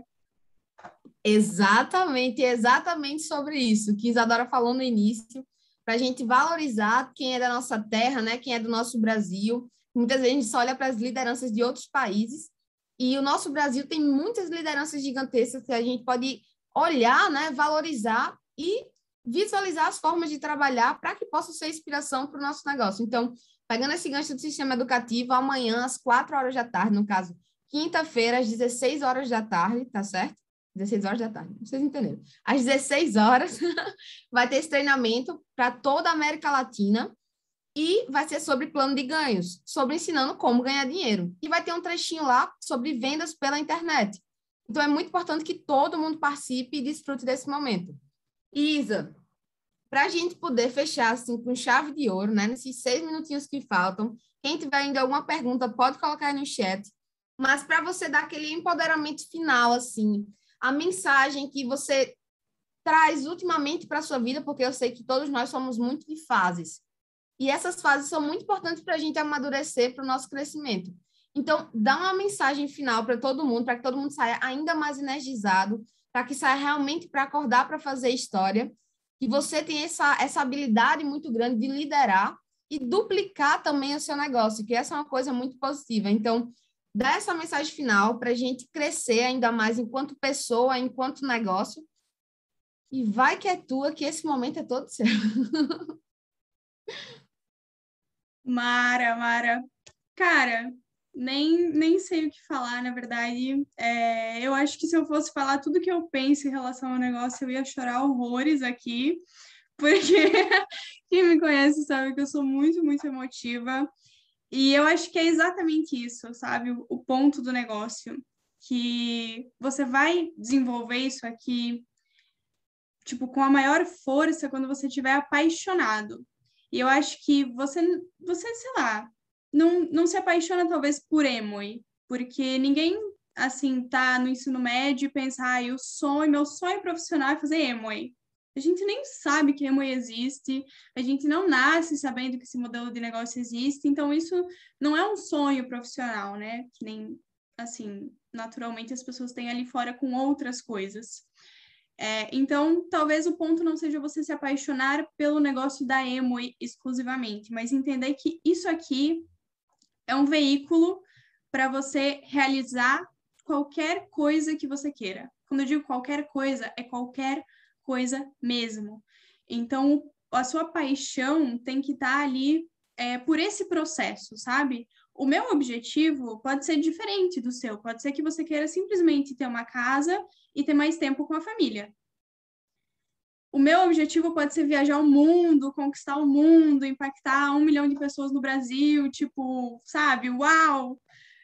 Exatamente, exatamente sobre isso que Isadora falou no início, para a gente valorizar quem é da nossa terra, né? Quem é do nosso Brasil. Muitas vezes a gente só olha para as lideranças de outros países e o nosso Brasil tem muitas lideranças gigantescas que a gente pode olhar, né? Valorizar e visualizar as formas de trabalhar para que possa ser inspiração para o nosso negócio. Então, pegando esse gancho do sistema educativo, amanhã às 4 horas da tarde, no caso, quinta-feira às 16 horas da tarde, tá certo? 16 horas da tarde, vocês entenderam. Às 16 horas vai ter esse treinamento para toda a América Latina e vai ser sobre plano de ganhos, sobre ensinando como ganhar dinheiro. E vai ter um trechinho lá sobre vendas pela internet. Então, é muito importante que todo mundo participe e desfrute desse momento. Isa, para a gente poder fechar assim com chave de ouro, né, nesses 6 minutinhos que faltam, quem tiver ainda alguma pergunta pode colocar aí no chat, mas para você dar aquele empoderamento final, assim, a mensagem que você traz ultimamente para a sua vida, porque eu sei que todos nós somos muito de fases. E essas fases são muito importantes para a gente amadurecer para o nosso crescimento. Então, dá uma mensagem final para todo mundo, para que todo mundo saia ainda mais energizado, para que saia realmente para acordar para fazer história, que você tenha essa habilidade muito grande de liderar e duplicar também o seu negócio, que essa é uma coisa muito positiva. Então, dá essa mensagem final para a gente crescer ainda mais enquanto pessoa, enquanto negócio. E vai que é tua, que esse momento é todo seu. Mara. Cara, nem sei o que falar, na verdade. Eu acho que se eu fosse falar tudo que eu penso em relação ao negócio, eu ia chorar horrores aqui, porque quem me conhece sabe que eu sou muito, muito emotiva. E eu acho que é exatamente isso, sabe? O ponto do negócio. Que você vai desenvolver isso aqui, tipo, com a maior força quando você estiver apaixonado. E eu acho que sei lá, não se apaixona talvez por Emoi, porque ninguém, assim, tá no ensino médio e pensa, meu sonho profissional é fazer Emoi. A gente nem sabe que Emoi existe, a gente não nasce sabendo que esse modelo de negócio existe, então isso não é um sonho profissional, né? Que nem, assim, naturalmente as pessoas têm ali fora com outras coisas. Então, talvez o ponto não seja você se apaixonar pelo negócio da Emoi exclusivamente, mas entender que isso aqui é um veículo para você realizar qualquer coisa que você queira. Quando eu digo qualquer coisa, é qualquer coisa mesmo. Então, a sua paixão tem que estar ali por esse processo, sabe? O meu objetivo pode ser diferente do seu. Pode ser que você queira simplesmente ter uma casa e ter mais tempo com a família. O meu objetivo pode ser viajar o mundo, conquistar o mundo, impactar 1 milhão de pessoas no Brasil, tipo, sabe? Uau!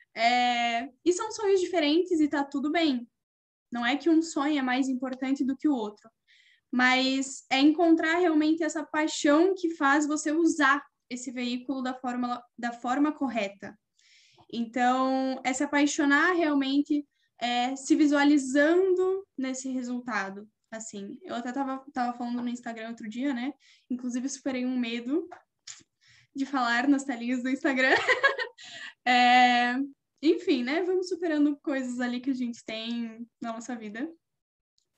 E são sonhos diferentes e tá tudo bem. Não é que um sonho é mais importante do que o outro, mas é encontrar realmente essa paixão que faz você usar esse veículo da forma correta. Então, é se apaixonar realmente, se visualizando nesse resultado. Assim, eu até tava falando no Instagram outro dia, né? Inclusive, superei um medo de falar nas telinhas do Instagram. Enfim, né? Vamos superando coisas ali que a gente tem na nossa vida.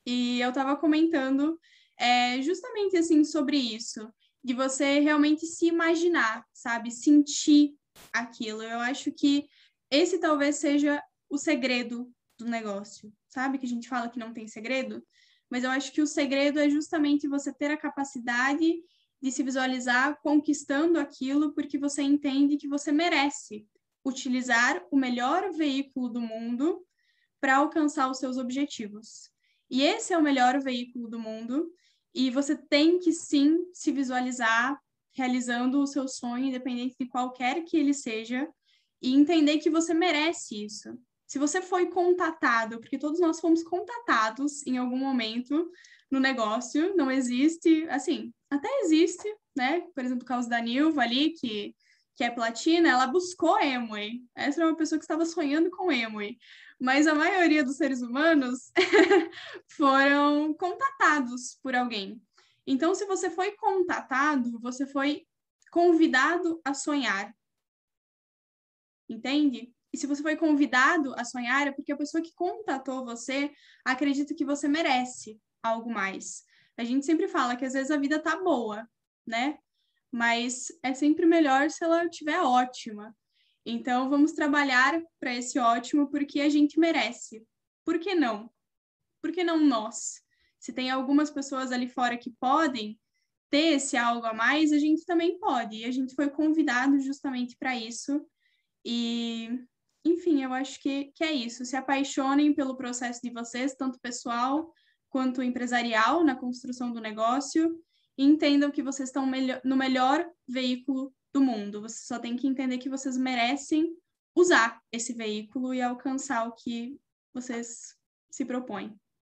E eu estava comentando justamente assim sobre isso, de você realmente se imaginar, sabe? Sentir aquilo. Eu acho que esse talvez seja o segredo do negócio, sabe? Que a gente fala que não tem segredo, mas eu acho que o segredo é justamente você ter a capacidade de se visualizar conquistando aquilo, porque você entende que você merece utilizar o melhor veículo do mundo para alcançar os seus objetivos. E esse é o melhor veículo do mundo, e você tem que sim se visualizar realizando o seu sonho, independente de qualquer que ele seja, e entender que você merece isso. Se você foi contatado, porque todos nós fomos contatados em algum momento no negócio, não existe, assim, até existe, né? Por exemplo, o caso da Nilva ali, que é platina, ela buscou Amway. Essa era uma pessoa que estava sonhando com Amway. Mas a maioria dos seres humanos foram contatados por alguém. Então, se você foi contatado, você foi convidado a sonhar. Entende? E se você foi convidado a sonhar, é porque a pessoa que contatou você acredita que você merece algo mais. A gente sempre fala que às vezes a vida tá boa, né? Mas é sempre melhor se ela estiver ótima. Então, vamos trabalhar para esse ótimo porque a gente merece. Por que não? Por que não nós? Se tem algumas pessoas ali fora que podem ter esse algo a mais, a gente também pode. E a gente foi convidado justamente para isso. E, enfim, eu acho que é isso. Se apaixonem pelo processo de vocês, tanto pessoal quanto empresarial, na construção do negócio. E entendam que vocês estão no melhor veículo do mundo. Vocês só têm que entender que vocês merecem usar esse veículo e alcançar o que vocês se propõem.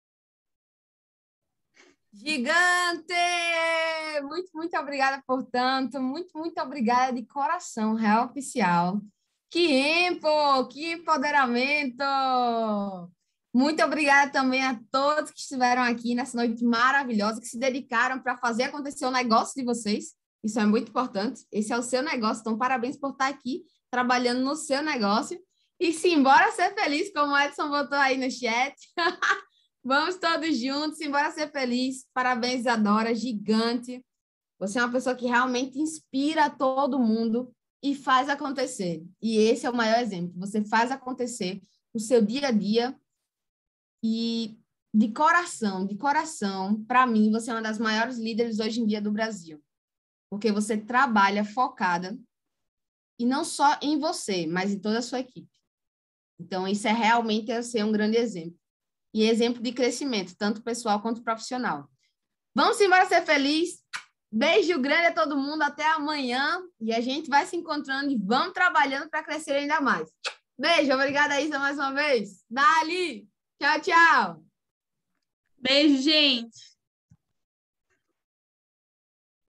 Gigante! Muito, muito obrigada por tanto. Muito, muito obrigada de coração, real oficial. Que empo! Que empoderamento! Muito obrigada também a todos que estiveram aqui nessa noite maravilhosa, que se dedicaram para fazer acontecer o negócio de vocês. Isso é muito importante. Esse é o seu negócio, então parabéns por estar aqui trabalhando no seu negócio. E simbora ser feliz, como o Edson botou aí no chat. Vamos todos juntos, embora ser feliz. Parabéns, Isadora, gigante. Você é uma pessoa que realmente inspira todo mundo e faz acontecer. E esse é o maior exemplo. Você faz acontecer o seu dia a dia e de coração, para mim, você é uma das maiores líderes hoje em dia do Brasil. Porque você trabalha focada e não só em você, mas em toda a sua equipe. Então, isso é realmente ser um grande exemplo. E exemplo de crescimento, tanto pessoal quanto profissional. Vamos embora ser feliz. Beijo grande a todo mundo. Até amanhã. E a gente vai se encontrando e vamos trabalhando para crescer ainda mais. Beijo. Obrigada, Isa, mais uma vez. Dali. Tchau, tchau. Beijo, gente.